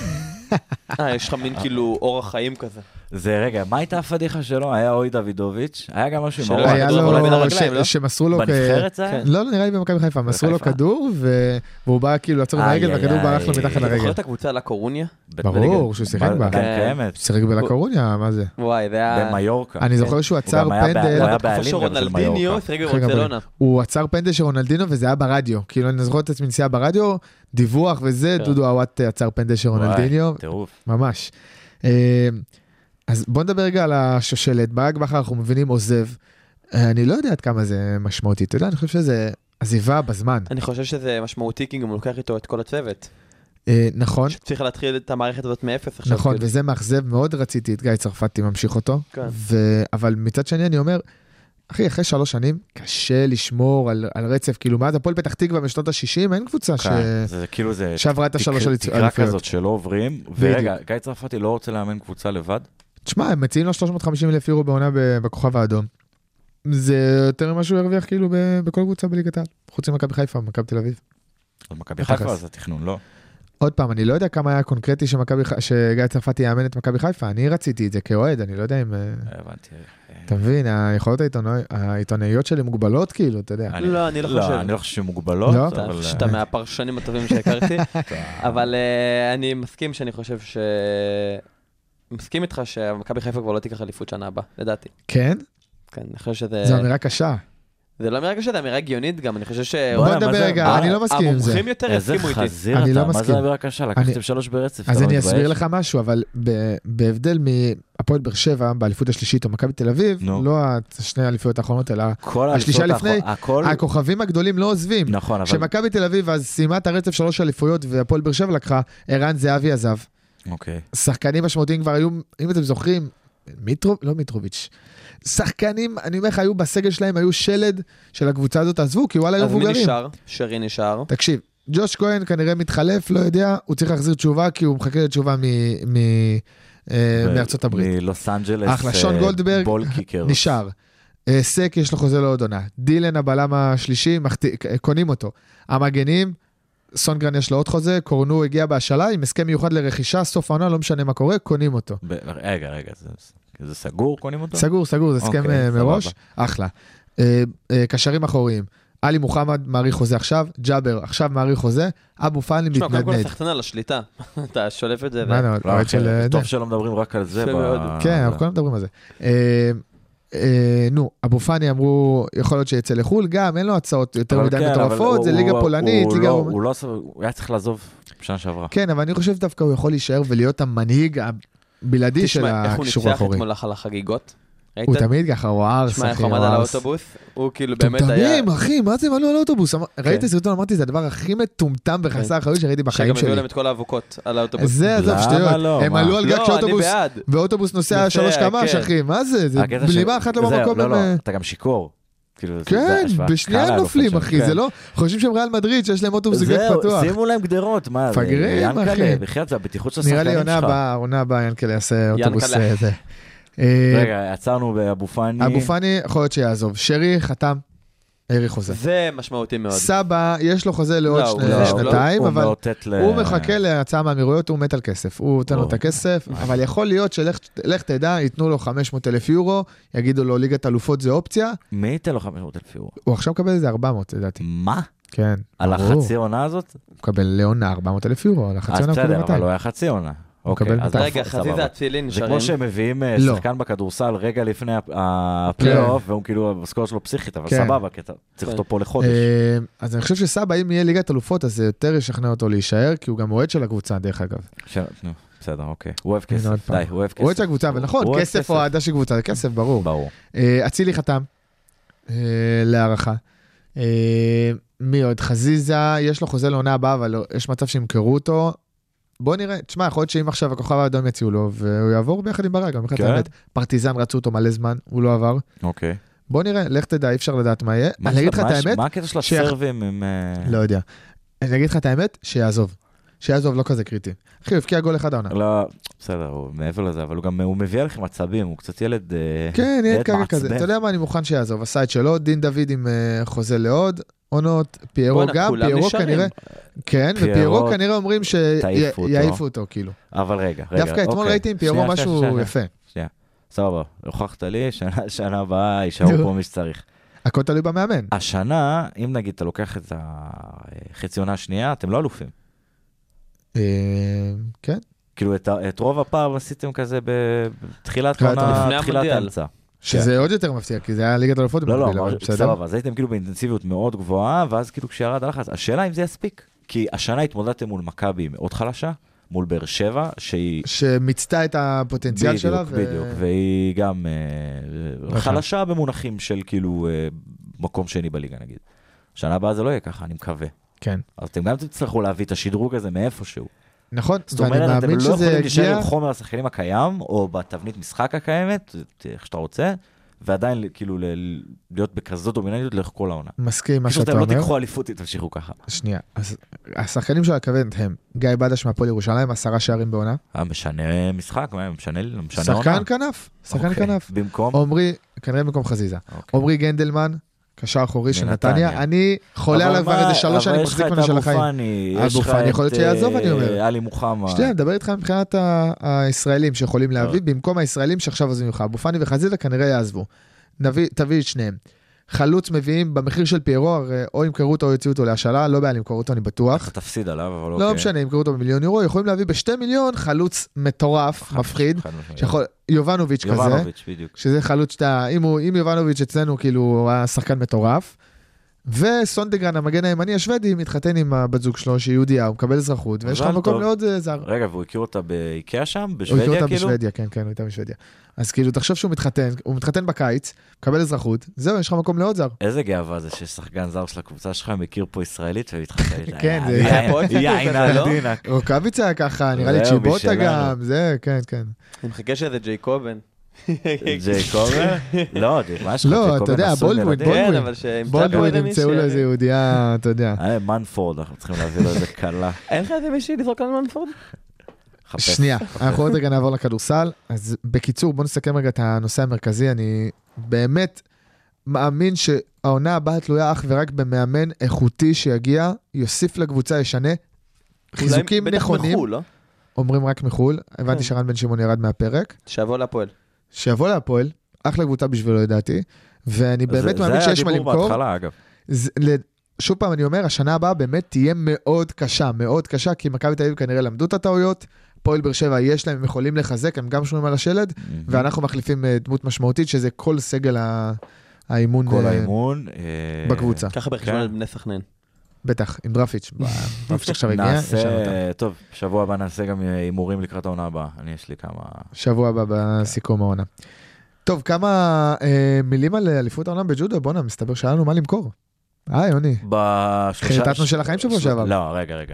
יש לך מין כאילו אורח חיים כזה. זה רגע, מה הייתה הפדיחה שלו? היה אוי דוידוביץ', היה גם משהו עם שלא, אורח. היה לו, שמסרו לו, בנבחרת זה? לא, נראה לי במכבי חיפה, מסרו לו כדור, והוא בא כאילו לעצור עם הרגל, והכדור ברח לו מתחת לרגל. זוכר את הקבוצה לה קורוניה? ברור, שהוא שיחק בה. קיימת. שיחק בלה קורוניה, מה זה? וואי, זה היה... במיורקה. אני זוכר שהוא עצר פנדל. הוא היה בעלים שרונלדיניו, שיחק בברצלונה. הוא עצר פנדל של רונלדינו, וזה היה ברדיו. כאילו, אני זוכר את עצמי נסיעה ברדיו, דיווח וזה, דודו עווד עצר פנדל של רונלדיניו. ממש. אז בוא נדבר רגע על השושלת. ברק בכר אנחנו מבינים עוזב. אני לא יודע עד כמה זה משמעותי. אתה יודע, אני חושב שזה עזיבה בזמן. אני חושב שזה משמעותי, כי גם הוא לוקח איתו את כל הצוות. נכון. שצריך להתחיל את המערכת הזאת מאפס עכשיו. נכון, וזה מאכזב. מאוד רציתי את גיא צרפתי ממשיך אותו. אבל מצד שני אני אומר, אחרי 3 שנים, קשה לשמור על רצף, כאילו מאז הפועל פתח תקווה בשנות ה-60, אין קבוצה שעברה את ה3 אליפויות. תקרה כזאת שלא עוברים, ורגע, גיא צרפתי לא רוצה לאמן קבוצה לבד? תשמע, הם מציעים לו 350,000 יורו בעונה בכוכב האדום. זה יותר ממה שהוא הרוויח כאילו בכל קבוצה בליגת העל, חוץ ממכבי חיפה, מכבי תל אביב. מכבי חיפה זה תכנון, לא? עוד פעם, אני לא יודע כמה היה קונקרטי שגיא צרפתי יאמן את מכבי חיפה, אני רציתי את זה כאוהד, אני לא יודע אם... הבנתי. אתה מבין, היכולות העיתונאיות שלי מוגבלות כאילו, אתה יודע. לא, אני לא חושב. אני לא חושב שהן מוגבלות. שאתה מהפרשנים הטובים שהכרתי, אבל אני מסכים שאני חושב מסכים איתך שמכבי חיפה כבר לא תיקח אליפות שנה הבאה, לדעתי. כן? כן, אני חושב שזה... זו אמירה קשה. זה לא אמירה קשה, זה אמירה הגיונית גם, אני חושב ש... בוא נדבר רגע, אני לא מסכים עם זה. המומחים יותר הסכימו איתי. איזה חזיר אתה, מה זה אמירה קשה? לקחתם 3 ברצף. אז אני אסביר לך משהו, אבל בהבדל מהפועל באר שבע, באליפות השלישית או מכבי תל אביב, לא 2 האליפויות האחרונות, אלא השלישה לפני, הכוכבים הגדולים לא עוזבים. נכון, אבל... כשמכבי תל אביב אז סיימה את הרצף 3 אליפויות, והפועל באר שבע לקחה, ערן זהבי עזב. שחקנים משמעותיים כבר היו, אם אתם זוכרים, לא מיטרוביץ', שחקנים, אני אומר לך, היו בסגל שלהם, היו שלד של הקבוצה הזאת, עזבו, כי וואלה היו מבוגרים. אז מי נשאר? שרי נשאר. תקשיב, ג'וש כהן כנראה מתחלף, לא יודע, הוא צריך להחזיר תשובה, כי הוא מחכה לתשובה מארצות הברית. מלוס אנג'לס, אחלה, שון גולדברג, נשאר. סק, יש לו חוזה לעוד עונה. דילן, הבלם השלישי, קונים אותו. המגנים, סונגרן יש לו עוד חוזה, קורנו הגיע בהשאלה, עם הסכם מיוחד לרכישה, סוף העונה, לא משנה מה קורה, קונים אותו. רגע, זה סגור, קונים אותו? סגור, זה הסכם מראש, אחלה. קשרים אחוריים, אלי מוחמד מעריך חוזה עכשיו, ג'אבר עכשיו מעריך חוזה, אבו פאני מתנדנד. תשמע, קודם כל סחטנה לשליטה, אתה שולף את זה. טוב שלא מדברים רק על זה. כן, אנחנו כולם מדברים על זה. אבו פאני אמרו, יכול להיות שיצא לחול, גם אין לו הצעות יותר מדי מטורפות, זה ליגה פולנית, הוא היה צריך לעזוב שנה שעברה. כן, אבל אני חושב דווקא הוא יכול להישאר ולהיות המנהיג הבלעדי של הקישור האחורי. איך הוא ניצח אתמול על החגיגות? הוא תמיד ככה, הוא ארס, שמע, איך הוא עמד על האוטובוס, הוא כאילו באמת היה... טומטמים, אחי, מה זה הם עלו על האוטובוס? ראיתי סרטון, אמרתי, זה הדבר הכי מטומטם וחסר אחריות שראיתי בחיים שלי. שגם הביאו להם את כל האבוקות על האוטובוס. זה, עזוב, שטויות. הם עלו על גג של אוטובוס, ואוטובוס נוסע 3 קמ"ש, אחי, מה זה? זה בלימה אחת לא במקום. לא, אתה גם שיקור. כן, בשנייה נופלים, אחי, זה לא... חושבים שהם ריאל מדריד, שיש להם אוטובוס גג פתוח. זהו, שימו להם גדרות, מה? פגירים, אחי. בחייאת, זה הבטיחות של השחקנים שלך. נראה לי עונה הבאה, ינקלה יעשה אוטובוס זה. רגע, עצרנו באבו פאני. אבו פאני יכול להיות שיעזוב. שרי חתם, האריך חוזה. זה משמעותי מאוד. סבא, יש לו חוזה לעוד שנתיים, אבל הוא מחכה להצעה מהאמירויות, הוא מת על כסף. הוא נותן לו את הכסף, אבל יכול להיות שלך תדע, ייתנו לו 500,000 יורו, יגידו לו ליגת אלופות זה אופציה. מי ייתן לו 500,000 יורו? הוא עכשיו מקבל איזה 400, לדעתי. מה? כן. על החצי עונה הזאת? הוא מקבל לעונה 400,000 יורו, על החצי עונה. בסדר, אבל לא היה חצי עונה. אז רגע, חזיזה אצילי נשארים. זה כמו שהם מביאים שחקן בכדורסל רגע לפני הפלייאוף, והוא כאילו, המשכורת שלו פסיכית, אבל סבבה, כי אתה צריך אותו פה לחודש. אז אני חושב שסבא, אם יהיה ליגת אלופות, אז זה יותר ישכנע אותו להישאר, כי הוא גם אוהד של הקבוצה, דרך אגב. בסדר, אוקיי. הוא אוהב כסף, די, הוא אוהב כסף. הוא אוהד של הקבוצה, ונכון, כסף או אוהדה של קבוצה, זה כסף, ברור. אצילי חתם, להערכה. מי עוד? חזיזה, יש לו חוזה לעונה הבאה, אבל יש מצב שימכרו אותו. בוא נראה, תשמע, יכול להיות שאם עכשיו הכוכב האדום יציעו לו, והוא יעבור ביחד עם ברק, גם בכלל האמת, פרטיזן רצו אותו מלא זמן, הוא לא עבר. אוקיי. בוא נראה, לך תדע, אי אפשר לדעת מה יהיה. אני אגיד לך את האמת. מה הקטע של הסרבים? לא יודע. אני אגיד לך את האמת, שיעזוב. שיעזוב לא כזה קריטי. אחי, הוא הבקיע גול אחד העונה. לא, בסדר, הוא מעבר לזה, אבל הוא מביא עליכם מצבים, הוא קצת ילד כן, ילד ככה כזה. אתה יודע מה, אני מוכן שיעזוב. עשה את שלו, דין דוד עם חוזה לעוד, עונות, פיירו גם, פיירו כנראה, כן, ופיירו כנראה אומרים שיעיפו אותו, כאילו. אבל רגע. דווקא אתמול ראיתי עם פיירו משהו יפה. שנייה, סבבה, הוכחת לי, שנה הבאה יישארו פה מי שצריך. הכל תלוי במאמן. השנה, אם נגיד אתה לוקח את החצי עונה השנייה, אתם לא אלופים. כן. כאילו את רוב הפער עשיתם כזה בתחילת עונה, תחילת אמצע. שזה עוד יותר מפתיע, כי זה היה ליגת אלופות. לא, סבבה, אז הייתם כאילו באינטנסיביות מאוד גבוהה, ואז כאילו כשירד הלחץ, השאלה אם זה יספיק, כי השנה התמודדתם מול מכבי מאוד חלשה, מול באר שבע, שמיצתה את הפוטנציאל שלה. בדיוק, והיא גם חלשה במונחים של כאילו מקום שני בליגה נגיד. שנה הבאה זה לא יהיה ככה, אני מקווה. כן. אז אתם גם תצטרכו להביא את השדרוג הזה מאיפשהו. נכון, זאת אומרת, אתם לא יכולים להישאר עם חומר השחקנים הקיים, או בתבנית משחק הקיימת, איך שאתה רוצה, ועדיין כאילו להיות בכזאת דומיננטיות לאורך כל העונה. מסכים מה שאתה אומר. אתם לא תיקחו אליפות, תמשיכו ככה. שנייה, אז השחקנים של הכוונת הם גיא בדש מהפועל ירושלים, 10 שערים בעונה. משנה משחק, משנה עונה. שחקן כנף, שחקן כנף. במקום? עומרי, כנראה במקום חזיזה. עומרי גנדלמן, קשר אחורי של נתניה, אני חולה עליו כבר איזה 3 שנים מחזיק ממנו של החיים. אבו פאני, יכול להיות שיעזוב, אני אומר. עלי מוחמד. שנייה, מדבר איתך מבחינת הישראלים שיכולים להביא, במקום הישראלים שעכשיו עוזבים לך. אבו פאני וחזיזה כנראה יעזבו. תביא את שניהם. חלוץ מביאים במחיר של פיירו, או ימכרו אותו או יוציאו אותו להשאלה, לא בעיה למכור אותו, אני בטוח. אתה תפסיד עליו, אבל לא משנה, ימכרו אותו ב1,000,000 יורו, יכולים להביא ב2 מיליון חלוץ מטורף, מפחיד, יובנוביץ' כזה, שזה חלוץ שאתה, אם יובנוביץ' אצלנו כאילו הוא היה שחקן מטורף, וסונדגרן, המגן הימני השוודי, מתחתן עם הבת זוג שלו, שהיא יהודייה, הוא מקבל אזרחות, ויש לך מקום לעוד זר. רגע, והוא הכיר אותה באיקאה שם? בשוודיה כאילו? הוא הכיר אותה בשוודיה, כן, הוא הייתה בשוודיה. אז כאילו, תחשוב שהוא מתחתן, הוא מתחתן בקיץ, מקבל אזרחות, זהו, יש לך מקום לעוד זר. איזה גאווה זה ששחקן זר של הקבוצה שלך מכיר פה ישראלית ומתחתן איתה. כן, זה יעינה דינק. רוקאביצה היה ככה, נראה לי צ'יבוטה גם, זה, כן, כן. אני מחכה שזה ג'ייקובן. ג'ייקובן? לא, מה שלך? לא, אתה יודע, בולדווין ימצאו לו איזה יהודייה, אתה יודע. מנפורד, אנחנו צריכים להביא לו איזה קלה. אין לך איזה מישהי לזרוק על מנפורד? שנייה, אנחנו עוד רגע נעבור לכדורסל. אז בקיצור, בוא נסכם רגע את הנושא המרכזי. אני באמת מאמין שהעונה הבאה תלויה אך ורק במאמן איכותי שיגיע, יוסיף לקבוצה, ישנה חיזוקים נכונים. אומרים רק מחול. הבנתי שרן בן שמעון ירד מהפרק. שיבוא להפועל, אחלה קבוצה בשבילו לדעתי, ואני באמת מאמין שיש מה למכור. זה היה דיבור בהתחלה, אגב. שוב פעם אני אומר, השנה הבאה באמת תהיה מאוד קשה, כי מכבי תל אביב כנראה למדו את הטעויות, פועל באר שבע יש להם, הם יכולים לחזק, הם גם שומעים על השלד, ואנחנו מחליפים דמות משמעותית, שזה כל סגל האימון בקבוצה. ככה בחשבון על בני סכנין. בטח, עם דרפיץ'. דרפיץ' עכשיו הגיע. טוב, שבוע הבא נעשה גם אימורים לקראת העונה הבאה. אני יש לי כמה... שבוע הבא בסיכום העונה. טוב, כמה מילים על אליפות העולם בג'ודו? בוא'נה, מסתבר שהיה לנו מה למכור. יוני. חרטטנו של החיים שבוע שעבר. לא, רגע.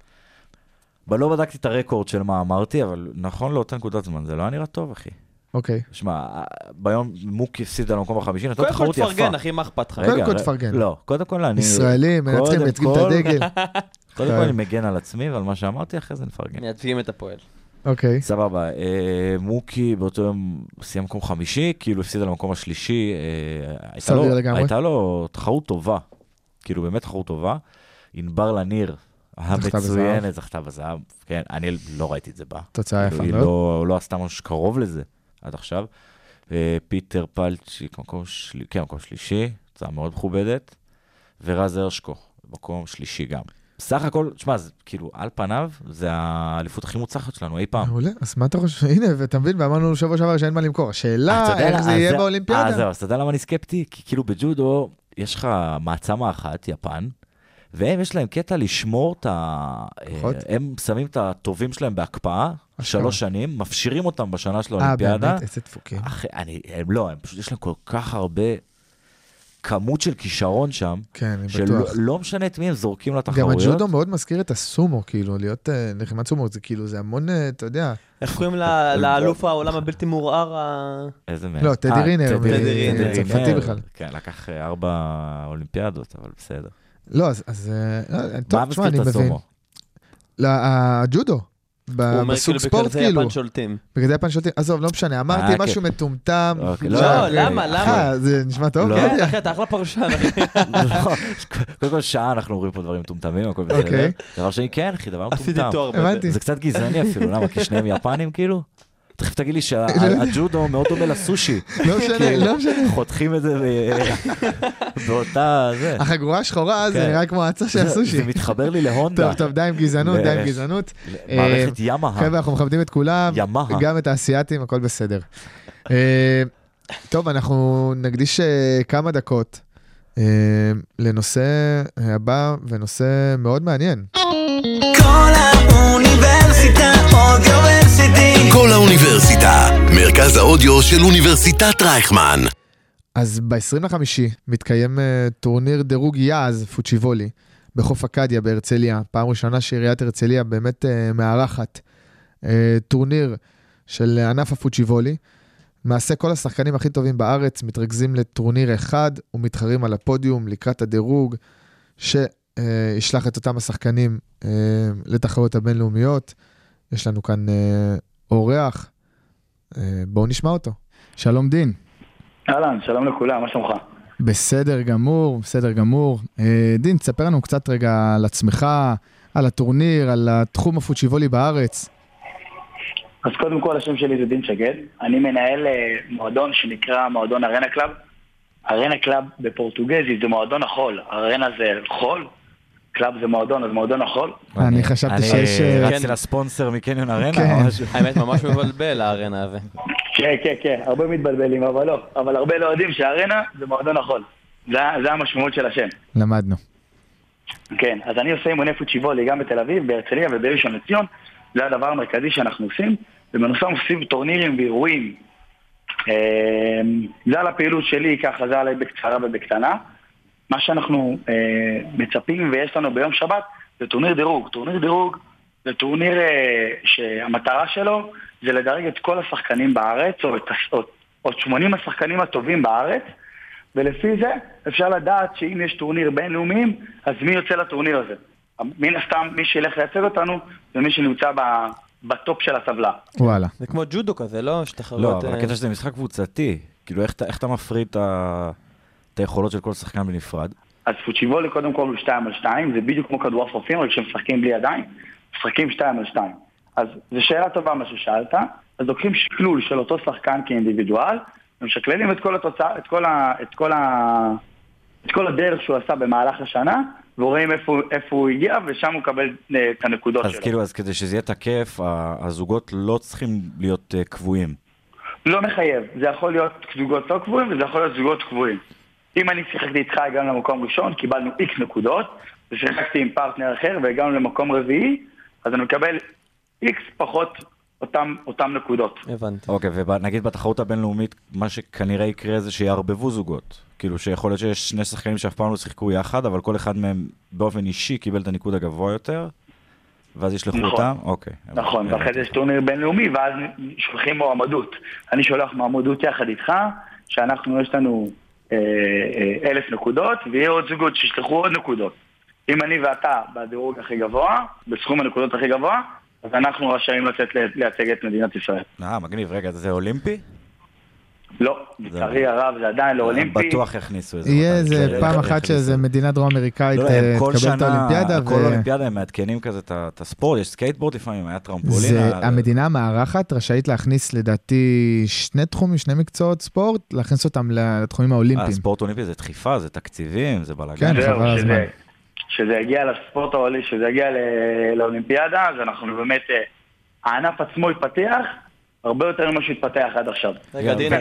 לא בדקתי את הרקורד של מה אמרתי, אבל נכון לאותה נקודת זמן, זה לא היה נראה טוב, אחי. אוקיי. שמע, ביום מוקי הפסיד על המקום ה-50, נתון תחרות יפה. קודם כל תפרגן, אחי, מה אכפת לך? קודם כל תפרגן. לא, קודם כל אני... ישראלים, מנצחים, מייצגים את הדגל. קודם כל אני מגן על עצמי, ועל מה שאמרתי, אחרי זה נפרגן. מייצגים את הפועל. אוקיי. סבבה, מוקי באותו יום סיים מקום 5, כאילו הפסיד על המקום השלישי. סביר לגמרי. הייתה לו תחרות טובה, כאילו באמת תחרות טובה. ענבר לניר, המצוינת, זכתה בזהב. כן, אני לא ראיתי את זה בה. תוצאה יפה. היא לא עשתה משהו קרוב לזה עד עכשיו. פיטר פלצ'יק, מקום שלישי, תוצאה מאוד מכובדת. ורז הרשקו, מקום שלישי גם. סך הכל, תשמע, כאילו, על פניו, זה האליפות הכי מוצלחת שלנו אי פעם. מעולה, אז מה אתה חושב? הנה, ואתה מבין, ואמרנו שבוע שעבר שאין מה למכור. השאלה, איך זה יהיה באולימפיאדה? זהו, אז אתה יודע למה אני סקפטי? כי כאילו בג'ודו, יש לך מעצמה אחת, יפן, והם יש להם קטע לשמור את הם שמים את הטובים שלהם בהקפאה, 3 שנים, מפשירים אותם בשנה של האולימפיאדה. באמת, איזה דפוקים. הם פשוט יש להם כל כך הרבה כמות של כישרון שם, כן, אני בטוח. שלא משנה את מי הם זורקים לתחרויות. גם הג'ודו מאוד מזכיר את הסומו, כאילו, להיות לחימת סומו, זה כאילו, זה המון, אתה יודע. איך קוראים לאלוף העולם הבלתי מעורער? איזה מהם? לא, טדי רינר. טדי רינר. צרפתי בכלל. כן, לקח 4 אולימפיאדות, אבל בסדר. לא, אז... מה מזכיר את הסומו? הג'ודו. בסוג ספורט כאילו. בגלל זה יפן שולטים. בגלל זה יפן שולטים. עזוב, לא משנה, אמרתי משהו מטומטם. לא, למה? זה נשמע טוב? כן, אחי, אתה אחלה פרשן. קודם כל שעה אנחנו אומרים פה דברים מטומטמים, הכל בסדר. דבר שני, כן, אחי, דבר מטומטם. זה קצת גזעני אפילו, למה? כי שניהם יפנים כאילו? תכף תגיד לי שהג'ודו מאוד דומה לסושי. לא משנה. חותכים את זה באותה... החגורה השחורה זה נראה כמו העצה של הסושי. זה מתחבר לי להונדה. טוב, די עם גזענות, מערכת ימאה. חבר'ה, אנחנו מכבדים את כולם, גם את האסייתים, הכל בסדר. טוב, אנחנו נקדיש כמה דקות לנושא הבא, ונושא מאוד מעניין. כל האוניברסיטה, מרכז האודיו של אוניברסיטת רייכמן. אז ב-25 מתקיים טורניר דירוג יעז פוצ'יבולי בחוף אקדיה בהרצליה. פעם ראשונה שעיריית הרצליה באמת מארחת טורניר של ענף הפוצ'יבולי. למעשה כל השחקנים הכי טובים בארץ מתרכזים לטורניר אחד ומתחרים על הפודיום לקראת הדירוג שישלח את אותם השחקנים לתחרויות הבינלאומיות. יש לנו כאן אורח, בואו נשמע אותו. שלום דין. אהלן, שלום לכולם, מה שלומך? בסדר גמור. דין, תספר לנו קצת רגע על עצמך, על הטורניר, על התחום הפוצ'יבולי בארץ. אז קודם כל, השם שלי זה דין שגד. אני מנהל מועדון שנקרא מועדון ארנה קלאב. ארנה קלאב בפורטוגזית זה מועדון החול. ארנה זה חול, קלאב זה מועדון, אז מועדון החול. אני חשבתי שיש... רצתי לספונסר מקניון ארנה. האמת ממש מבלבל הארנה הזה. כן, הרבה מתבלבלים, אבל לא. אבל הרבה לא יודעים שהארנה זה מועדון החול. זה המשמעות של השם. למדנו. כן, אז אני עושה אימוני פוצ'יבולי גם בתל אביב, בהרצליה ובראשון לציון. זה הדבר המרכזי שאנחנו עושים, ובנוסף עושים טורנירים ואירועים. זה על הפעילות שלי, ככה זה עליי בקצרה ובקטנה. מה שאנחנו מצפים ויש לנו ביום שבת זה טורניר דירוג. טורניר דירוג זה טורניר שהמטרה שלו זה לדרג את כל השחקנים בארץ, או 80 השחקנים הטובים בארץ, ולפי זה אפשר לדעת שאם יש טורניר בינלאומיים, אז מי יוצא לטורניר הזה? מן הסתם, מי שילך לייצג אותנו, זה מי שנמצא בטופ של הטבלה. וואלה. זה כמו ג'ודו כזה, לא? לא, אבל הקטע שזה משחק קבוצתי. כאילו, איך אתה מפריד את היכולות של כל שחקן בנפרד? אז פוצ'יבולי קודם כל הוא 2-2, זה בדיוק כמו כדורעף, רק שמשחקים בלי ידיים, משחקים 2-2. אז זו שאלה טובה מה ששאלת, אז לוקחים שקלול של אותו שחקן כאינדיבידואל, ומשקללים את כל התוצאה, את כל הדרך שהוא עשה במהלך השנה, ורואים איפה הוא הגיע, ושם הוא מקבל את הנקודות שלו. אז כאילו, אז כדי שזה יהיה תקף, הזוגות לא צריכים להיות קבועים. לא מחייב. זה יכול להיות זוגות לא קבועים, וזה יכול להיות זוגות קבועים. אם אני שיחקתי איתך, הגענו למקום ראשון, קיבלנו X נקודות, ושיחקתי עם פרטנר אחר, והגענו למקום רביעי, אז אני מקבל X פחות אותם נקודות. הבנתי. אוקיי, ונגיד בתחרות הבינלאומית, מה שכנראה יקרה זה שיערבבו זוגות. כאילו שיכול להיות שיש שני שחקנים שאף פעם לא שיחקו יחד, אבל כל אחד מהם באופן אישי קיבל את הניקוד הגבוה יותר, ואז ישלחו אותם? אוקיי. נכון, ואחרי זה יש טורניר בינלאומי, ואז שולחים מועמדות. אני שולח מועמדות יחד איתך, שאנחנו יש לנו 1,000 נקודות, ויהיה עוד זוגות שישלחו עוד נקודות. אם אני ואתה בדירוג הכי גבוה, בסכום הנקודות הכי גבוה, אז אנחנו רשאים לצאת לייצג את מדינת ישראל. מגניב. רגע, זה אולימפי? לא, לצערי הרב זה עדיין לא אולימפי. בטוח יכניסו איזה. יהיה איזה פעם אחת שאיזה מדינה דרום אמריקאית תקבל את האולימפיאדה. כל אולימפיאדה הם מעדכנים כזה את הספורט, יש סקייטבורד לפעמים, היה טרמפולינה. המדינה המארחת רשאית להכניס לדעתי שני תחומים, שני מקצואות ספורט, להכניס אותם לתחומים האולימפיים. הספורט אולימפי זה דחיפה, זה תקציבים, זה בלגן. כן, חבל הזמן. שזה הגיע לספורט האולימפי, שזה הגיע לאולימפיאדה, אז אנחנו באמת, הענף עצמו התפתח, הרבה יותר ממה שהתפתח עד עכשיו. רגע, דין,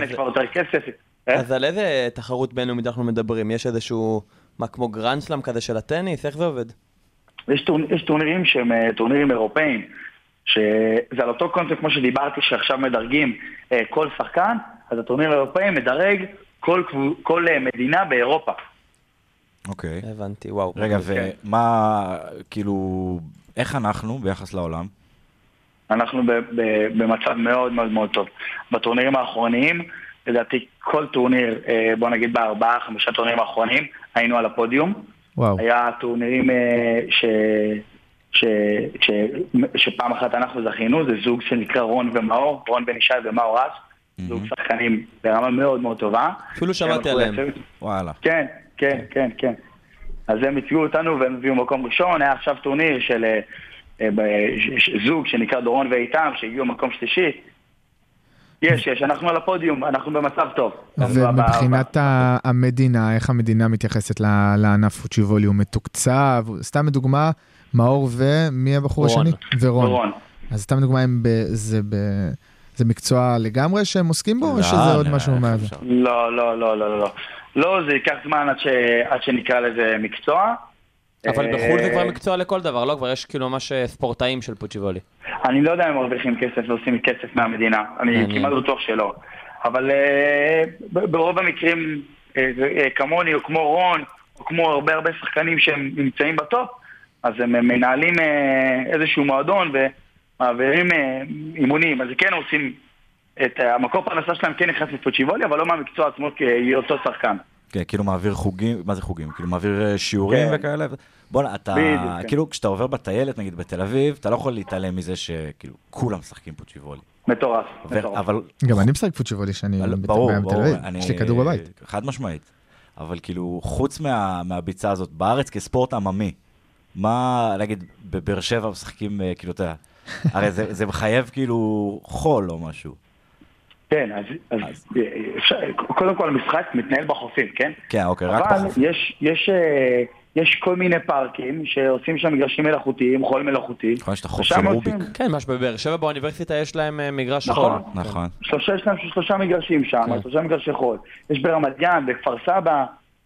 אז על איזה תחרות בינלאומית אנחנו מדברים? יש איזשהו, מה כמו גרנד סלאם כזה של הטניס? איך זה עובד? יש טורנירים שהם טורנירים אירופאים, שזה על אותו קונספט כמו שדיברתי, שעכשיו מדרגים כל שחקן, אז הטורניר האירופאי מדרג כל מדינה באירופה. אוקיי. הבנתי, וואו. רגע, ומה, כאילו, איך אנחנו ביחס לעולם? אנחנו במצב מאוד מאוד מאוד טוב. בטורנירים האחרונים, לדעתי כל טורניר, בוא נגיד ב4-5 טורנירים האחרונים, היינו על הפודיום. היה טורנירים שפעם אחת אנחנו זכינו, זה זוג שנקרא רון ומאור, רון בן ישי ומאור רס, זוג שחקנים ברמה מאוד מאוד טובה. אפילו שמעתי עליהם. וואלה. כן, כן, כן, כן. אז הם הציגו אותנו והם הביאו מקום ראשון, היה עכשיו טורניר של זוג שנקרא דורון ואיתם, שהגיעו מקום שלישי. יש, אנחנו על הפודיום, אנחנו במצב טוב. ומבחינת המדינה, איך המדינה מתייחסת לענף פוצ'יבולי? הוא מתוקצב? סתם לדוגמה, מאור ומי הבחור השני? ורון. אז סתם לדוגמה, זה מקצוע לגמרי שהם עוסקים בו, או שזה עוד משהו מהזה? לא, לא, לא, לא, לא. לא, זה ייקח זמן עד שנקרא לזה מקצוע. אבל בחו"ל זה כבר מקצוע לכל דבר, לא? כבר יש כאילו ממש ספורטאים של פוצ'יבולי. אני לא יודע אם מרוויחים כסף ועושים כסף מהמדינה, אני כמעט בטוח שלא. אבל ברוב המקרים, כמוני או כמו רון, או כמו הרבה שחקנים שהם נמצאים בטופ, אז הם מנהלים איזשהו מועדון ומעבירים אימונים, אז כן עושים את המקור פרנסה שלהם, כן נכנס לפוצ'יבולי, אבל לא מהמקצוע עצמו כאותו שחקן. כן, כאילו מעביר חוגים, מה זה חוגים? כאילו מעביר שיעורים וכאלה. בוא, אתה, כאילו כשאתה עובר בטיילת, נגיד בתל אביב, אתה לא יכול להתעלם מזה שכאילו כולם משחקים פוצ'יבולי. מטורף. גם אני משחק פוצ'יבולי שאני בתל אביב, יש לי כדור בבית. חד משמעית. אבל כאילו, חוץ מהביצה הזאת, בארץ כספורט עממי, מה, נגיד, בבאר שבע משחקים, כאילו, אתה יודע, הרי זה מחייב כאילו חול או משהו. כן, אז קודם כל המשחק מתנהל בחופים, כן? כן, אוקיי, רק בחופים. אבל יש כל מיני פארקים שעושים שם מגרשים מלאכותיים, חול מלאכותי. נכון, יש את החוף של רוביק. כן, ממש בבאר שבע באוניברסיטה יש להם מגרש חול. נכון. יש להם 3 מגרשים שם, 3 מגרשי חול. יש ברמת גן, בכפר סבא,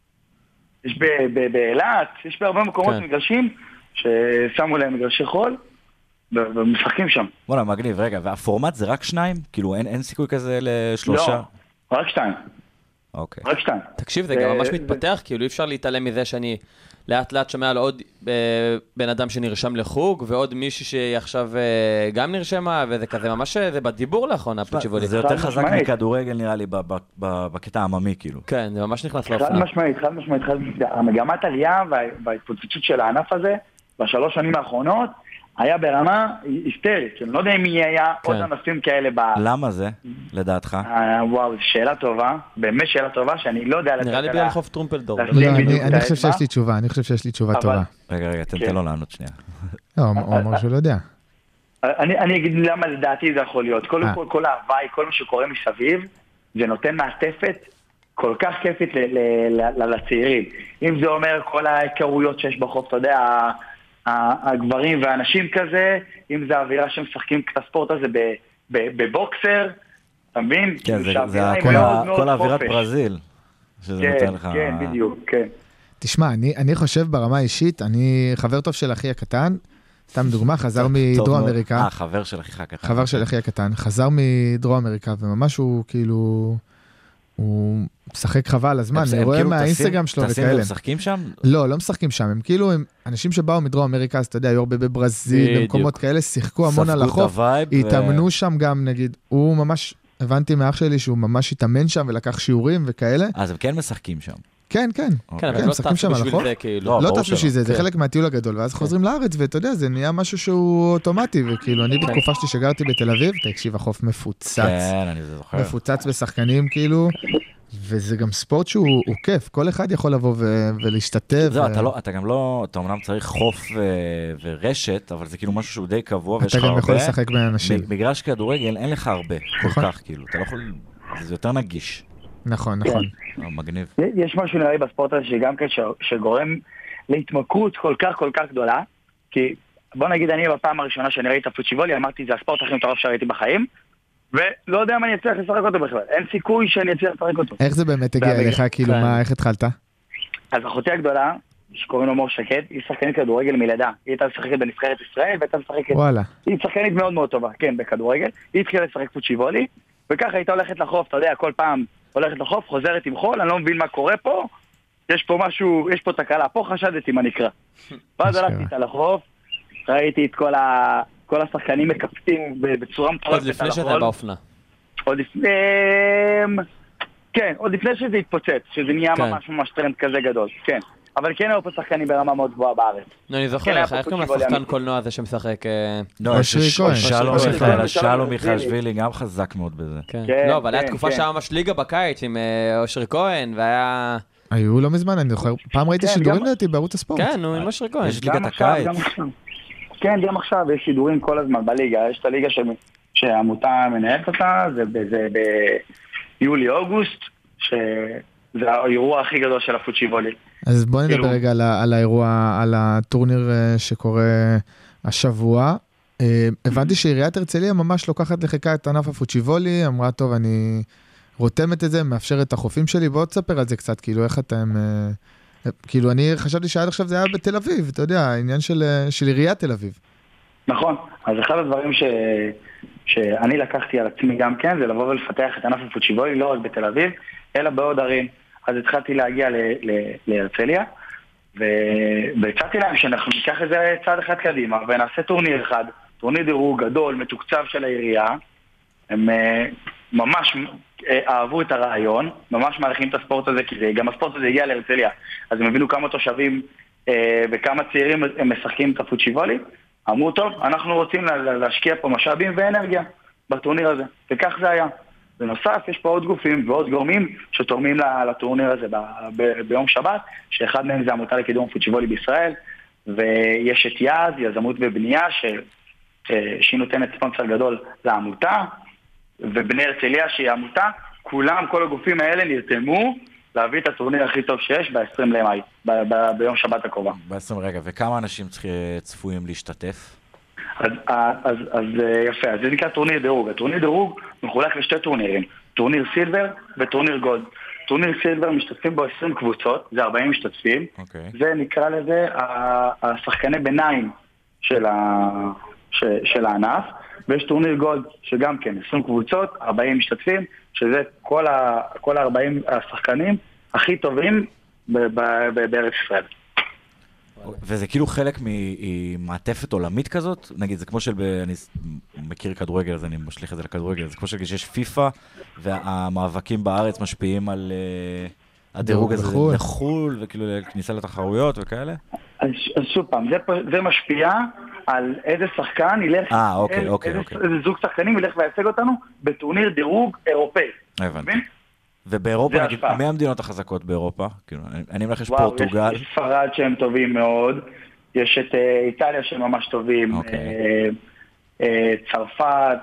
יש באילת, יש בהרבה מקומות מגרשים ששמו להם מגרשי חול. ומשחקים שם. בוא'נה, מגניב, רגע, והפורמט זה רק 2? כאילו אין סיכוי כזה ל3? לא, רק 2. אוקיי. רק 2. תקשיב, זה גם ממש מתפתח, כאילו אי אפשר להתעלם מזה שאני לאט לאט שומע על עוד בן אדם שנרשם לחוג, ועוד מישהי שעכשיו גם נרשמה, וזה כזה ממש, זה בדיבור לאחרונה, פוצ'יבולי. זה יותר חזק מכדורגל נראה לי, בקטע העממי, כאילו. כן, זה ממש נכנס לאופנה. חד משמעית. המגמת עלייה וההתפוצצות של הענף הזה, ב3 שנים האחרונות, היה ברמה היסטרית, אני לא יודע אם היה עוד ענפים כאלה למה זה, לדעתך? וואו, שאלה טובה, באמת שאלה טובה, שאני לא יודע... נראה לי בגלל חוף טרומפלדור. אני חושב שיש לי תשובה טובה. רגע, תן לו לענות שנייה. הוא אמר שהוא לא יודע. אני אגיד למה לדעתי זה יכול להיות. קודם כל, כל ההוואי, כל מה שקורה מסביב, זה נותן מעטפת כל כך כיפית לצעירים. אם זה אומר כל ההיכרויות שיש בחוף, אתה יודע... הגברים והאנשים כזה, אם זה האווירה שמשחקים את הספורט הזה בבוקסר, אתה מבין? כן, זה כל האווירת ברזיל, שזה נותן לך... כן, בדיוק, כן. תשמע, אני חושב ברמה אישית, אני חבר טוב של אחי הקטן, סתם דוגמה, חזר מדרום אמריקה. חבר של אחי הקטן. חבר של אחי הקטן, חזר מדרום אמריקה, וממש הוא כאילו... הוא משחק חבל הזמן, אני רואה מהאינסטגרם שלו וכאלה. הם משחקים שם? לא משחקים שם, הם כאילו, אנשים שבאו מדרום אמריקה, אז אתה יודע, היו בברזיל, במקומות כאלה, שיחקו המון על החוף, התאמנו שם גם, נגיד, הוא ממש, הבנתי מאח שלי שהוא ממש התאמן שם ולקח שיעורים וכאלה. אז הם כן משחקים שם. כן, אבל לא טסו בשביל זה, כאילו. לא טסו בשביל זה, זה חלק מהטיול הגדול, ואז חוזרים לארץ, ואתה יודע, זה נהיה משהו שהוא אוטומטי, וכאילו, אני בתקופה שלי שגרתי בתל אביב, תקשיב, החוף מפוצץ. כן, אני זוכר. מפוצץ בשחקנים, כאילו, וזה גם ספורט שהוא כיף, כל אחד יכול לבוא ולהשתתף. זהו, אתה גם לא, אתה אמנם צריך חוף ורשת, אבל זה כאילו משהו שהוא די קבוע, ויש לך הרבה. אתה גם יכול לשחק בין אנשים. מגרש כדורגל אין לך הרבה, כל כך, כאילו, אתה לא יכול, זה יותר נגיש. נכון. מגניב. יש משהו נראה לי בספורט הזה שגם כן שגורם להתמכרות כל כך גדולה, כי בוא נגיד אני בפעם הראשונה שאני ראיתי את הפוצ'יבולי, אמרתי זה הספורט הכי מטורף שראיתי בחיים, ולא יודע מה אני אצליח לשחק אותו בכלל, אין סיכוי שאני אצליח לשחק אותו. איך זה באמת הגיע אליך, כאילו מה, איך התחלת? אז אחותי הגדולה, שקוראים לו מור שקד, היא שחקנית כדורגל מלידה, היא הייתה משחקת בנבחרת ישראל, והייתה משחקת... וואלה. היא שחקנית מאוד מאוד טובה, כן, בכדורגל, היא התחילה לשחק פוצ'יבולי, וככה הייתה הולכת לחוף, אתה יודע, כל פעם הולכת לחוף, חוזרת עם חול, אני לא מבין מה קורה פה, יש פה משהו, יש פה תקלה, פה חשדתי מה נקרא. ואז הלכתי איתה לחוף, ראיתי את כל השחקנים מקפצים בצורה מטורפת. עוד לפני שאתה באופנה. עוד לפני... כן, עוד לפני שזה התפוצץ, שזה נהיה ממש טרנד כזה גדול, כן. אבל כן היו פה שחקנים ברמה מאוד גבוהה בארץ. אני זוכר, איך גם לשחקן קולנוע הזה שמשחק? שלום מיכאלשווילי גם חזק מאוד בזה. לא, אבל היה תקופה שהיה ממש ליגה בקיץ עם אושרי כהן, והיה... היו לא מזמן, אני זוכר, פעם ראיתי שידורים לדעתי בערוץ הספורט. כן, נו, עם אושרי כהן. יש ליגת הקיץ. כן, גם עכשיו יש שידורים כל הזמן בליגה, יש את הליגה שהעמותה מנהלת אותה, זה ביולי-אוגוסט, שזה האירוע הכי גדול של הפוטשיבולי. אז בוא נדבר רגע על האירוע, על הטורניר שקורה השבוע. הבנתי שעיריית הרצליה ממש לוקחת לחיקה את ענף הפוטשיבולי, אמרה טוב, אני רותמת את זה, מאפשר את החופים שלי, בוא תספר על זה קצת, כאילו איך אתם... כאילו אני חשבתי שעד עכשיו זה היה בתל אביב, אתה יודע, העניין של עיריית תל אביב. נכון, אז אחד הדברים שאני לקחתי על עצמי גם כן, זה לבוא ולפתח את ענף הפוטשיבולי, לא רק בתל אביב, אלא בעוד ערים. אז התחלתי להגיע להרצליה, והצעתי להם שאנחנו ניקח את זה צעד אחד קדימה, ונעשה טורניר אחד, טורניר דירוג גדול, מתוקצב של העירייה. הם ממש אהבו את הרעיון, ממש מעריכים את הספורט הזה, כי גם הספורט הזה הגיע להרצליה, אז הם הבינו כמה תושבים וכמה צעירים הם משחקים את הפוטשיבולי. אמרו טוב, אנחנו רוצים להשקיע פה משאבים ואנרגיה בטורניר הזה, וכך זה היה. בנוסף, יש פה עוד גופים ועוד גורמים שתורמים לטורניר הזה ביום שבת, שאחד מהם זה עמותה לקידום פוטשיבולי בישראל, ויש את יעז, יזמות ובנייה, שהיא נותנת ספונסר גדול לעמותה, ובני הרצליה שהיא עמותה, כולם, כל הגופים האלה נרתמו להביא את הטורניר הכי טוב שיש ב-20 למאי, ביום שבת הקרובה. ב-20 רגע, וכמה אנשים צפויים להשתתף? אז יפה, אז זה נקרא טורניר דירוג. הטורניר דירוג מחולק לשתי טורנירים, טורניר סילבר וטורניר גולד. טורניר סילבר משתתפים בו 20 קבוצות, זה 40 משתתפים, זה נקרא לזה השחקני ביניים של הענף, ויש טורניר גולד שגם כן 20 קבוצות, 40 משתתפים, שזה כל ה-40 השחקנים הכי טובים בארץ ישראל. וזה כאילו חלק ממעטפת עולמית כזאת? נגיד, זה כמו אני מכיר כדורגל, אז אני משליך את זה לכדורגל, זה כמו שיש פיפה, והמאבקים בארץ משפיעים על הדירוג הזה לחול, וכאילו כניסה לתחרויות וכאלה? אז שוב פעם, זה משפיע על איזה שחקן ילך, איזה זוג שחקנים ילך ויעסק אותנו בטורניר דירוג אירופאי. הבנתי. ובאירופה, נגיד, מי המדינות החזקות באירופה? אני מלך יש פורטוגל. יש ספרד שהם טובים מאוד, יש את איטליה שהם ממש טובים, צרפת,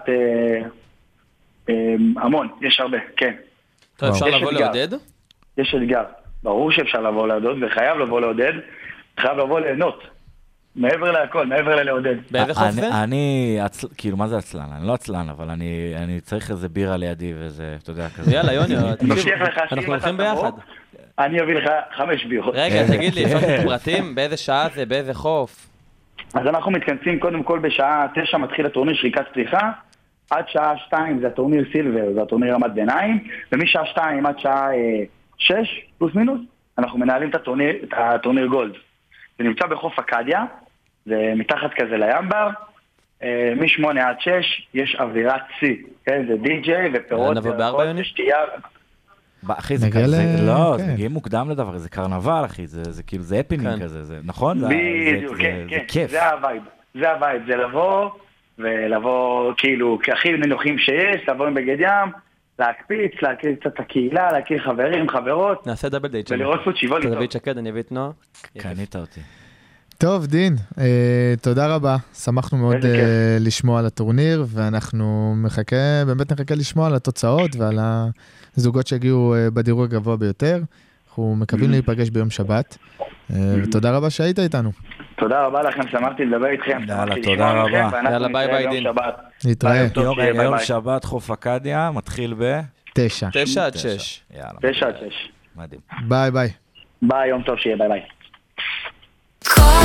המון, יש הרבה, כן. טוב, אפשר לבוא לעודד? יש אתגר, ברור שאפשר לבוא לעודד, וחייב לבוא לעודד, חייב לבוא ליהנות. מעבר להכל, מעבר ללעודד. באיזה חוף זה? אני, כאילו, מה זה עצלן? אני לא עצלן, אבל אני צריך איזה בירה לידי ואיזה, אתה יודע, כזה. יאללה, יוני, אנחנו הולכים ביחד. אני אביא לך 5 בירות. רגע, תגיד לי, יש לך פרטים? באיזה שעה זה? באיזה חוף? אז אנחנו מתכנסים קודם כל בשעה 9 מתחיל הטורניר שריקת פתיחה, עד שעה 2 זה הטורניר סילבר, זה הטורניר רמת ביניים, ומשעה 2 עד שעה 6, פלוס מינוס, אנחנו מנהלים את הטורניר גולד. זה נמצא בחוף אקדיה, זה מתחת כזה לימבר, מ-8 עד 6 יש אווירת צי, כן? זה די-ג'יי ופירות, ושתייה. אחי, זה כזה, לא, זה מגיעים מוקדם לדבר, זה קרנבל, אחי, זה כאילו, זה הפינינג כזה, נכון? בדיוק, כן, זה הווייב, זה לבוא כאילו, כהכי נינוחים שיש, לבוא עם בגד ים, להקפיץ, להכיר קצת את הקהילה, להכיר חברים, חברות. נעשה דאבל דייט שם. ולראות פוטשיבולי טוב. דוד שקד, אני אביא את נועה. קנית אותי. טוב, דין, תודה רבה. שמחנו מאוד לשמוע על הטורניר, ואנחנו באמת נחכה לשמוע על התוצאות ועל הזוגות שהגיעו בדירוג הגבוה ביותר. אנחנו מקווים להיפגש ביום שבת, ותודה רבה שהיית איתנו. תודה רבה לכם, שמחתי לדבר איתכם. יאללה, תודה רבה. יאללה, ביי ביי דין. נתראה. יום שבת, חוף אקדיה, מתחיל 9. 9 עד 6. 9 עד 6. מדהים. ביי ביי. ביי, יום טוב שיהיה, ביי ביי. כל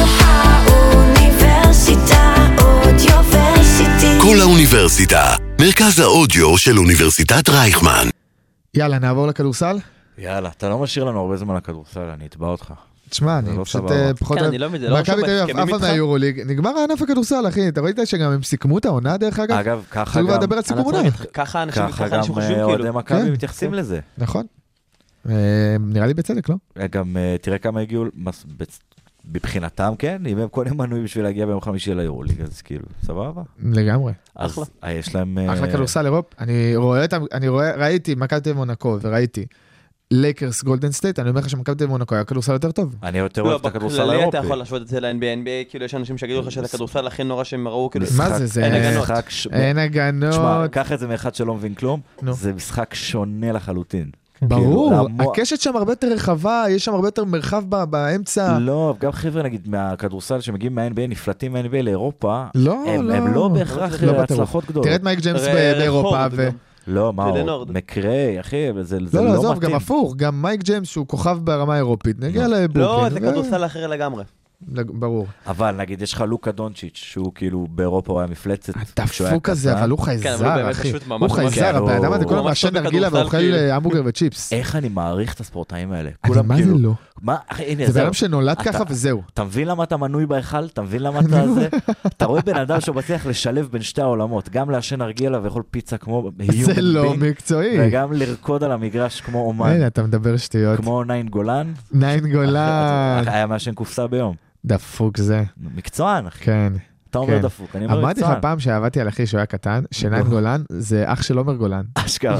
האוניברסיטה אודיוורסיטי. כל האוניברסיטה, מרכז האודיו של אוניברסיטת רייכמן. יאללה, נעבור לכדורסל? יאללה, אתה לא משאיר לנו הרבה זמן לכדורסל, אני אתבע אותך. תשמע, אני פשוט פחות... כן, אני לא מבין, זה לא מכבי תל אביב, אף אחד מהיורוליג, נגמר הענף הכדורסל, אחי, אתה ראית שגם הם סיכמו את העונה דרך אגב? אגב, ככה גם... לדבר על סיכום עונה. ככה אנשים גם חושבים כאילו. אוהדי מכבי מתייחסים לזה. נכון. נראה לי בצדק, לא? גם תראה כמה הגיעו, בבחינתם, כן? אם הם קונים מנוי בשביל להגיע ביום חמישי ליורוליג, אז כאילו, סבבה? לגמרי. אז יש להם... אחלה כדורסל אירופ. ראיתי מכבי תל אביב מונקו, וראיתי לייקרס גולדן סטייט, אני אומר לך שמכבי תל אביב מונקו היה כדורסל יותר טוב. אני יותר אוהב את הכדורסל האירופי. בכללי אתה יכול להשוות את זה ל-NBA, כאילו יש אנשים שיגידו לך שזה הכדורסל הכי נורא שהם ראו, כאילו... מה זה? אין הגנות. אין הגנות. תשמע, קח את זה מאחד שלא מבין כלום, זה משחק שונה לחלוטין. ברור, הקשת שם הרבה יותר רחבה, יש שם הרבה יותר מרחב באמצע. לא, גם חבר'ה נגיד מהכדורסל שמגיעים מה-NBA, נפלטים מה-NBA לאירופה, לא, הם לא בהכרח הצלחות גדולות. תראה את מייק ג'יימס באירופה. לא, מה עוד? מקרי, אחי, זה לא מתאים. לא, עזוב, גם הפוך, גם מייק ג'יימס שהוא כוכב ברמה האירופית, נגיע לברוקלין. לא, זה כדורסל אחר לגמרי. ברור. אבל נגיד, יש לך לוקה דונצ'יץ', שהוא כאילו באירופה הוא היה מפלצת. הדפוק הזה, אבל הוא חייזר, אחי. הוא חייזר, הבאדם הזה, כל הזמן מעשן נרגילה ואוכל המבורגר וצ'יפס. איך אני מעריך את הספורטאים האלה? מה זה לא? זה בן אדם שנולד ככה וזהו. אתה מבין למה אתה מנוי בהיכל? אתה מבין למה אתה זה? אתה רואה בן אדם שמצליח לשלב בין שתי העולמות, גם לעשן נרגילה ואכול פיצה כמו... זה לא מקצועי. וגם לרקוד על המגרש כמו אומן. אתה מדבר שטויות. כמו ניין גולן. ניין גולן. היה מעשן קופסה ביום. דפוק זה. מקצוען, אחי. כן. אתה אומר דפוק, אני אומר אמרתי לך פעם שעבדתי על אחי שהוא היה קטן, שניין גולן זה אח של עומר גולן. אשכרה.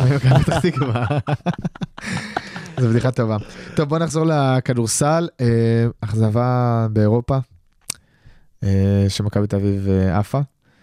זו בדיחה טובה. טוב, בוא נחזור לכדורסל. אכזבה באירופה, שמכבי תל אביב עפה.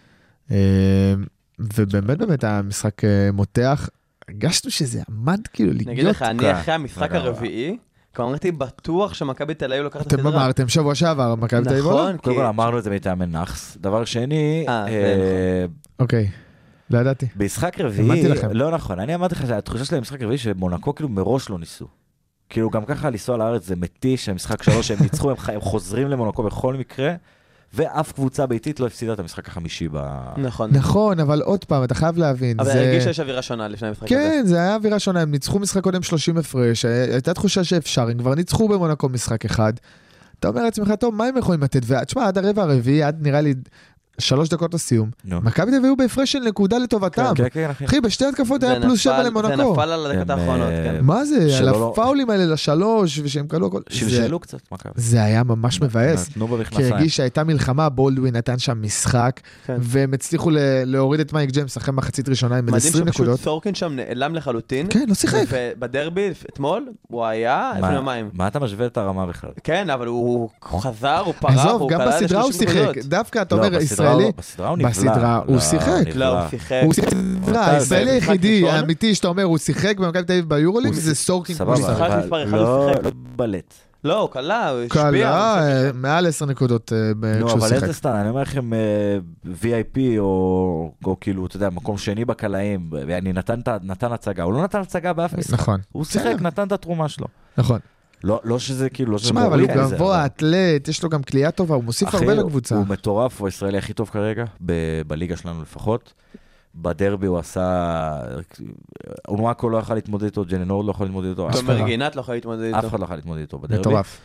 ובאמת המשחק מותח. הרגשנו שזה עמד כאילו לגלות. נגיד לך, אני אחרי המשחק הרביעי, כבר אמרתי בטוח שמכבי תל אביב לוקחת את הסדרה. אתם אמרתם שבוע שעבר, מכבי תל אביב עולה? נכון. קודם כל אמרנו את זה מטעמי נחס. דבר שני... אוקיי. לא ידעתי. במשחק רביעי, לא נכון, אני אמרתי לך שהתחושה שלי במשחק רביעי שמונקו כאילו מראש לא ניסו. כאילו גם ככה לנסוע לארץ זה מתיש, המשחק 3 הם ניצחו, הם חוזרים למונקו בכל מקרה, ואף קבוצה ביתית לא הפסידה את המשחק החמישי נכון. נכון, אבל עוד פעם, אתה חייב להבין. אבל הרגיש שיש אווירה שונה לפני המשחק הזה. כן, זה היה אווירה שונה, הם ניצחו משחק קודם 30 הפרש, הייתה תחושה שאפשר, הם כבר ניצחו במונקו משחק אחד. אתה אומר לעצמך, טוב, מה הם יכולים לתת? ותשמע, עד הרבע הרביעי, עד נראה לי 3 דקות לסיום. מכבי תל אביב היו בהפרש של נקודה לטובתם. אחי, בשתי התקפות היה פלוס 7 למונקו. זה נפל על הדקות האחרונות. מה זה? על הפאולים האלה ל3, ושהם קלו הכל. שלשלו קצת, מכבי. זה היה ממש מבאס. כי הרגיש שהייתה מלחמה, בולדווין נתן שם משחק, והם הצליחו להוריד את מייק ג'יימס אחרי מחצית ראשונה עם 20 נקודות. מדהים שפשוט סורקין שם נעלם לחלוטין. כן, לא שיחק. ובדרבי אתמול, הוא היה לפני יומיים. מה אתה משווה את הרמה בכלל? כן, אבל הוא חזר, הוא פרח, הוא גם בסדרה הוא שיחק. דווקא אתה אומר ישראלי, בסדרה הוא שיחק. לא, הוא שיחק. הישראלי היחידי, האמיתי שאתה אומר, הוא שיחק במכבי תל אביב ביורוליג, זה סורקין. סבבה, לא בלט. לא, הוא קלה, הוא השפיע. קלה, מעל 10 נקודות כשהוא שיחק. אבל איזה סתם, אני אומר לכם VIP או כאילו, אתה יודע, מקום שני בקלעים, ואני נתן הצגה, הוא לא נתן הצגה באף משחק. נכון. הוא שיחק, נתן את התרומה שלו. נכון. לא שזה כאילו, לא שזה שמע, אבל הוא גבוה, אתלט, יש לו גם קליעה טובה, הוא מוסיף הרבה לקבוצה. הוא מטורף, הוא הישראלי הכי טוב כרגע, בליגה שלנו לפחות. בדרבי הוא עשה, אונואקו לא יכול להתמודד איתו, ג'ננורד לא יכול להתמודד איתו. תומר גינת לא יכול להתמודד איתו. אף אחד לא יכול להתמודד איתו בדרבי. מטורף.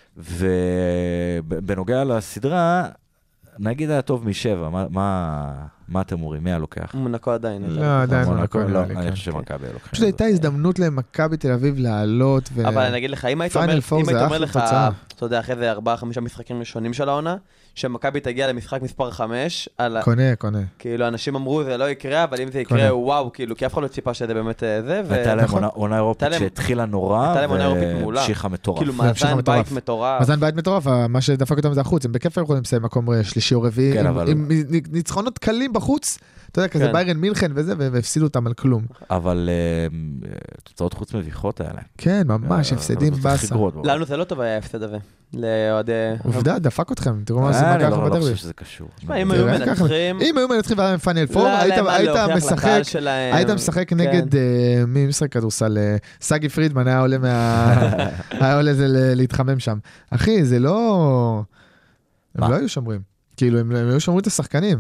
ובנוגע לסדרה, נגיד היה טוב משבע, מה אתם אומרים? מי הלוקח? מונקו עדיין. לא, עדיין מונקו. אני חושב שמכבי הלוקח. פשוט הייתה הזדמנות למכבי תל אביב לעלות. אבל אני אגיד לך, אם היית אומר לך, אתה יודע, אחרי זה 4-5 משחקים ראשונים של העונה, שמכבי תגיע למשחק מספר 5, קונה. כאילו, אנשים אמרו, זה לא יקרה, אבל אם זה יקרה, וואו, כאילו, כי אף אחד לא ציפה שזה באמת זה. הייתה להם עונה אירופית שהתחילה נורא, והמשיכה מטורף. כאילו, מאזן בית מטורף. מאזן בית מטורף, מה שדפק אותם זה החוץ, הם בכיף יכולים לסיים מקום שלישי או רביעי, עם ניצחונות קלים בחוץ, אתה יודע, כזה ביירן מינכן וזה, והפסידו אותם על כלום. אבל תוצאות חוץ מביכות היה להם. כן, ממש, הפסדים בסה. לנו זה לא טוב היה הפסד הזה. לעוד... עובדה, דפק אתכם, תראו מה זה מכה לך בדרבי. אני לא חושב שזה קשור. אם היו מנצחים... אם היו מנצחים והיה פאנל פור, היית משחק נגד מי משחק כדורסל? סגי פרידמן היה עולה להתחמם שם. אחי, זה לא... הם לא היו שומרים. כאילו, הם היו שומרים את השחקנים.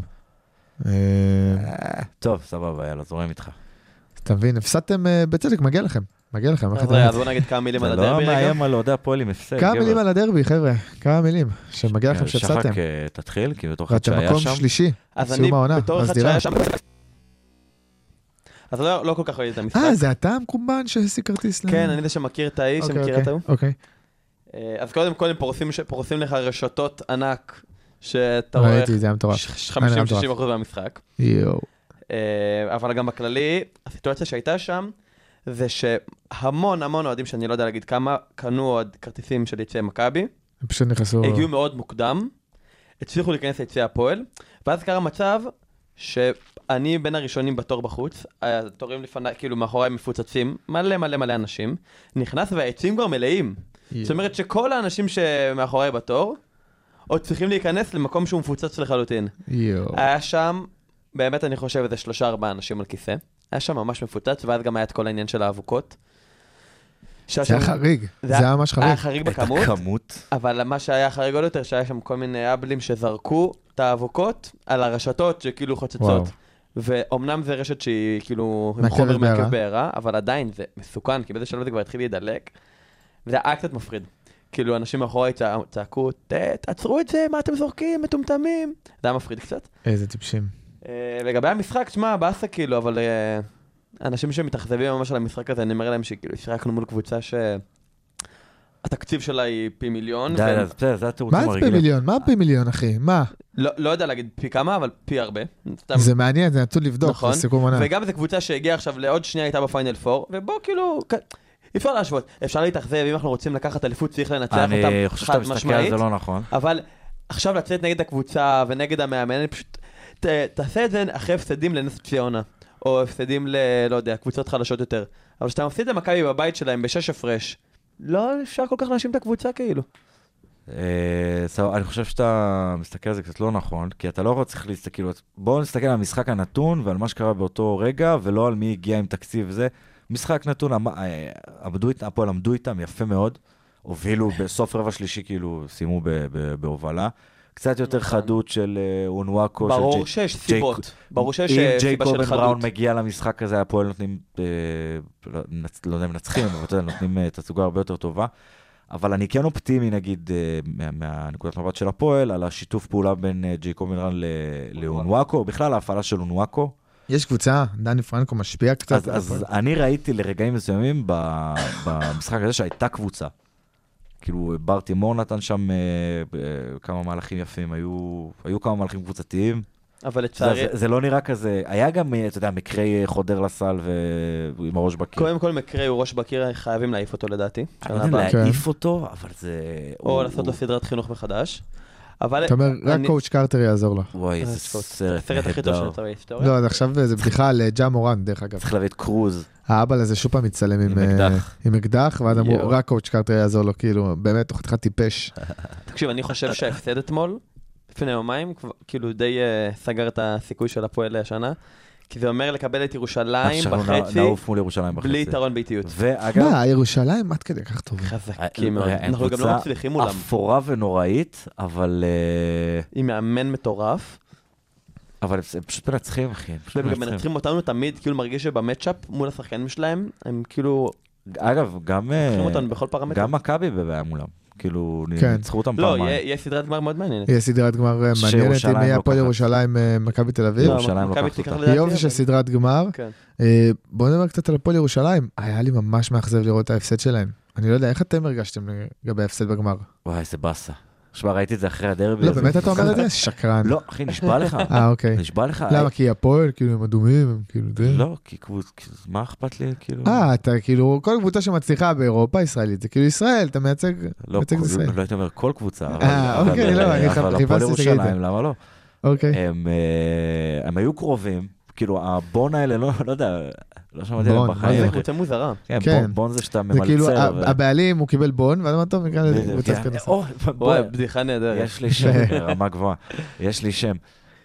טוב, סבבה, יאללה, זורם איתך. אתה מבין, הפסדתם בצדק, מגיע לכם. אז בוא נגיד כמה מילים על הדרבי. זה לא מאיים על אוהדי הפועל עם הפסד. כמה מילים על הדרבי, חבר'ה. כמה מילים. שמגיע לכם שהפסדתם. שחק תתחיל, כי בתור אחד שהיה שם. ואתם מקום שלישי. אז אני בתור אחד שהיה שם. אז לא כל כך ראיתי את המשחק. זה אתה המקומבן שהשיג כרטיס? כן, אני זה שמכיר את האיש, שמכיר את ההוא. אוקיי. אז קודם כל הם פורסים לך רשתות ענק, שאתה רואה... ראיתי, זה היה מטורף. 50-60% מהמשחק. יואו. אבל גם בכללי, הסיטואציה שהייתה שם, זה שהמון אוהדים, שאני לא יודע להגיד כמה, קנו עוד כרטיסים של יציאי מכבי. הם פשוט נכנסו... הגיעו מאוד מוקדם, הצליחו להיכנס ליציאי הפועל, ואז קרה מצב שאני בין הראשונים בתור בחוץ, התורים לפני, כאילו מאחוריי מפוצצים, מלא אנשים, נכנס והיציאים כבר מלאים. זאת אומרת שכל האנשים שמאחוריי בתור, עוד צריכים להיכנס למקום שהוא מפוצץ לחלוטין. היה שם, באמת אני חושב, איזה 3-4 אנשים על כיסא. היה שם ממש מפוצץ, ואז גם היה את כל העניין של האבוקות. זה היה חריג, זה היה ממש חריג. היה חריג בכמות, את הכמות. אבל מה שהיה חריג עוד יותר, שהיה שם כל מיני אבלים שזרקו את האבוקות על הרשתות שכאילו חוצצות. ואומנם זה רשת שהיא כאילו עם חומר מעכב בעירה, אבל עדיין זה מסוכן, כי באיזה שלב זה כבר התחיל להידלק, וזה היה קצת מפחיד. כאילו אנשים מאחורי צעקו, תעצרו את זה, מה אתם זורקים, מטומטמים. זה היה מפחיד קצת. איזה טיפשים. לגבי המשחק, תשמע, באסה כאילו, אבל אנשים שמתאכזבים ממש על המשחק הזה, אני אומר להם שכאילו, שרקנו מול קבוצה שהתקציב שלה היא פי מיליון. זה התירוצים הרגילים. מה זה פי מיליון? מה פי מיליון, אחי? מה? לא יודע להגיד פי כמה, אבל פי הרבה. זה מעניין, זה נתון לבדוק. נכון. וגם זו קבוצה שהגיעה עכשיו לעוד שנייה הייתה בפיינל 4, ובוא כאילו... אפשר להשוות, אפשר להתאכזב, אם אנחנו רוצים לקחת אליפות, צריך לנצח אותם חד משמעית. אני חושב שאתה מסתכל על זה לא נכון. אבל עכשיו לצאת נגד הקבוצה ונגד המאמן, אני פשוט תעשה את זה אחרי הפסדים לנס ציונה, או הפסדים לא יודע, קבוצות חלשות יותר. אבל כשאתה מפסיד למכבי בבית שלהם ב6 הפרש, לא אפשר כל כך להאשים את הקבוצה כאילו. אני חושב שאתה מסתכל על זה קצת לא נכון, כי אתה לא צריך להסתכל, בואו נסתכל על המשחק הנתון ועל מה שקרה באותו רגע, ולא על מי הגיע עם תקציב זה. משחק נתון, הפועל עמדו איתם יפה מאוד, הובילו בסוף רבע שלישי, כאילו סיימו בהובלה, קצת יותר חדות של אונוואקו, ברור שיש סיבות, ברור שיש אם סיבה של ג'ייקובן חדות. בראון מגיע למשחק הזה, הפועל נותנים, לא יודע אם נצחים, אבל נותנים תצוגה הרבה יותר טובה, אבל אני כן אופטימי, נגיד, מהנקודת מבט של הפועל, על השיתוף פעולה בין ג'ייקובן בראון לאונוואקו, בכלל ההפעלה של אונוואקו, יש קבוצה, דני פרנקו משפיע קצת. אז אני ראיתי לרגעים מסוימים במשחק הזה שהייתה קבוצה. כאילו, בר תימור נתן שם כמה מהלכים יפים, היו כמה מהלכים קבוצתיים. אבל לצערי... זה לא נראה כזה, היה גם, אתה יודע, מקרי חודר לסל ועם הראש בקיר. קודם כל מקרי הוא ראש בקיר, חייבים להעיף אותו לדעתי. אני לא יודע להעיף אותו, אבל זה... או לעשות לו סדרת חינוך מחדש. אתה אומר, רק קואוצ' קרטר יעזור לו. וואי, איזה סרט הכי טוב של ההיסטוריה. לא, עכשיו זה בדיחה על ג'ה מורן, דרך אגב. צריך להביא את קרוז. האבא לזה שוב פעם מצלם עם אקדח, ואז אמרו, רק קואוצ' קרטר יעזור לו, כאילו, באמת, תוך אחד טיפש. תקשיב, אני חושב שההפסד אתמול, לפני יומיים, כאילו די סגר את הסיכוי של הפועל השנה, כי זה אומר לקבל את ירושלים בחצי, בלי יתרון ביתיות. מה, ירושלים? עד כדי כך טוב. חזקים מאוד. אנחנו גם לא מצליחים מולם. אפורה ונוראית, אבל... היא מאמן מטורף. אבל הם פשוט מנצחים, אחי. הם גם מנצחים אותנו תמיד, כאילו מרגיש שבמצ'אפ מול השחקנים שלהם, הם כאילו... אגב, גם... גם מכבי בבעיה מולם. כאילו, ניצחו אותם פעמיים. לא, יש סדרת גמר מאוד מעניינת. יש סדרת גמר מעניינת, אם יהיה הפועל ירושלים, מכבי תל אביב. יופי של סדרת גמר. בואו נדבר קצת על הפועל ירושלים. היה לי ממש מאכזב לראות את ההפסד שלהם. אני לא יודע, איך אתם הרגשתם לגבי ההפסד בגמר? וואי, איזה באסה. עכשיו ראיתי את זה אחרי הדרבי. לא, באמת אתה אומר את זה? שקרן. לא, אחי, נשבע לך. אוקיי. נשבע לך. למה? כי הפועל, כאילו, הם אדומים, הם כאילו זה. לא, כי מה אכפת לי, כאילו... אתה כאילו, כל קבוצה שמצליחה באירופה ישראלית, זה כאילו ישראל, אתה מייצג ישראל. לא הייתי אומר כל קבוצה. אוקיי, לא, אני חיפשתי את זה. למה לא? אוקיי. הם היו קרובים, כאילו, הבון האלה, לא יודע... לא שמעתי עליהם בחיים. זה קבוצה מוזרה. כן, בון זה שאתה ממלצר. זה כאילו, הבעלים הוא קיבל בון, ואתה מה טוב, נקרא לזה קבוצת כנסה. וואי, בדיחה נהדרת. יש לי שם, רמה גבוהה. יש לי שם.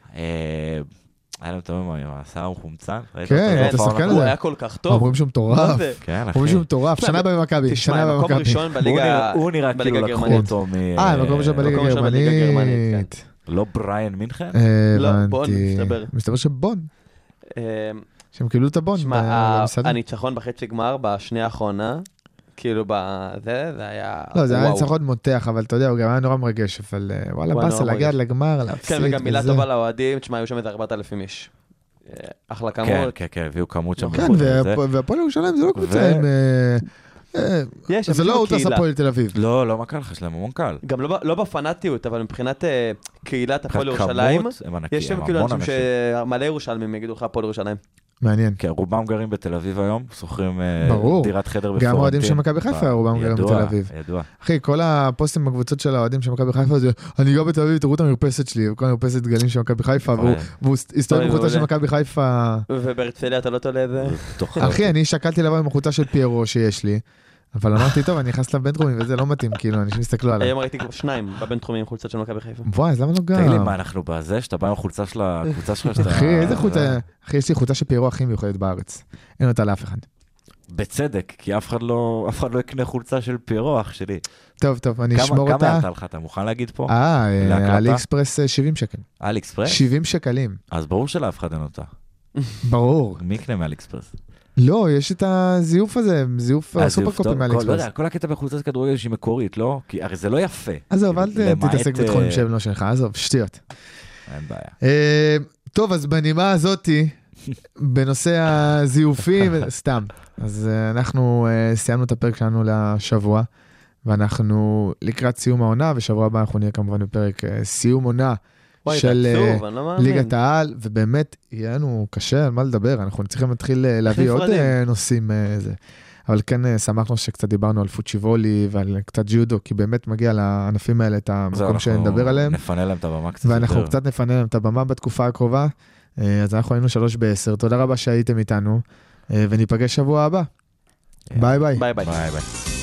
היה להם תמיד השיער המחומצן. כן, אתה שחקן הזה. הוא היה כל כך טוב. אומרים שהוא מטורף. אומרים שהוא מטורף. שנה במכבי. תשמע, מקום ראשון בליגה הוא נראה כאילו לקחו אותו מקום ראשון בליגה הגרמנית. לא בריין מינכן? לא, בון, מסתבר. מסתבר שבון. שהם קיבלו את הבון. הניצחון בחצי גמר, בשנייה האחרונה, כאילו זה היה... לא, זה היה ניצחון מותח, אבל אתה יודע, הוא גם היה נורא מרגש, אבל וואלה, באסה להגיע לגמר, להפסיד. כן, וגם מילה טובה לאוהדים, תשמע, היו שם איזה 4,000 איש. אחלה כמות. כן, הביאו כמות שם. כן, והפועל ירושלים זה לא קבוצה עם... זה לא אולטרס הפועל תל אביב. לא מה קל, יש להם המון קל. גם לא בפנאטיות, אבל מבחינת קהילת הפועל ירושלים, יש שם כאילו אנשים שמלא ירושלמים יגידו לך הפועל ירושלים. מעניין. כן, רובם גרים בתל אביב היום, שוכרים דירת חדר בפלורנטין. גם האוהדים של מכבי חיפה רובם גרים בתל אביב. ידוע. אחי, כל הפוסטים בקבוצות של האוהדים של מכבי חיפה זה, אני גר בתל אביב, תראו את המרפסת שלי, וכל המרפסת גלים של מכבי חיפה, והוא הסתובב בחולצה של מכבי חיפה. וברצליה אתה לא תולה את זה? אחי, אני שקלתי לבוא עם החולצה של פיירו שיש לי, אבל אמרתי, טוב, אני נכנס לבינתחומי, וזה לא מתאים, כאילו, אנשים הסתכלו עליי. היום ראיתי כבר 2 בבינתחומי עם חולצת של מכבי חיפה. וואי, אז למה לא גם? תגיד לי, מה, אנחנו בזה, שאתה בא עם החולצה של הקבוצה שלך, שאתה... אחי, איזה חולצה? אחי, יש לי חולצה של פיירו הכי מיוחדת בארץ. אין אותה לאף אחד. בצדק, כי אף אחד לא יקנה חולצה של פיירו, אח שלי. טוב, אני אשמור אותה. כמה יעלתה לך? אתה מוכן להגיד פה? אלי אקספרס 70 שקל. אלי אקספרס? 70 שקלים. אז ברור שלאף אחד אין אותה. ברור. מי יקנה מאלי אקספרס? לא, יש את הזיוף הזה, זיוף סופר קופי מאלי אקספרס. לא יודע, כל הקטע בחולצת כדורגל שהיא מקורית, לא? כי הרי זה לא יפה. עזוב, אל תתעסק בתחומים שהם לא שלך, עזוב, שטויות. אין בעיה. טוב, אז בנימה הזאתי, בנושא הזיופים, סתם. אז אנחנו סיימנו את הפרק שלנו לשבוע, ואנחנו לקראת סיום העונה, ושבוע הבא אנחנו נהיה כמובן בפרק סיום עונה של ליגת העל, ובאמת יהיה לנו קשה על מה לדבר, אנחנו צריכים להתחיל להביא עוד נושאים, אבל כן שמחנו שקצת דיברנו על פוצ'יבולי ועל קצת ג'ודו, כי באמת מגיע לענפים האלה את המקום שנדבר עליהם. נפנה להם את הבמה קצת יותר. ואנחנו קצת נפנה להם את הבמה בתקופה הקרובה, אז אנחנו היינו 3:10, תודה רבה שהייתם איתנו, וניפגש שבוע הבא. ביי ביי. ביי ביי.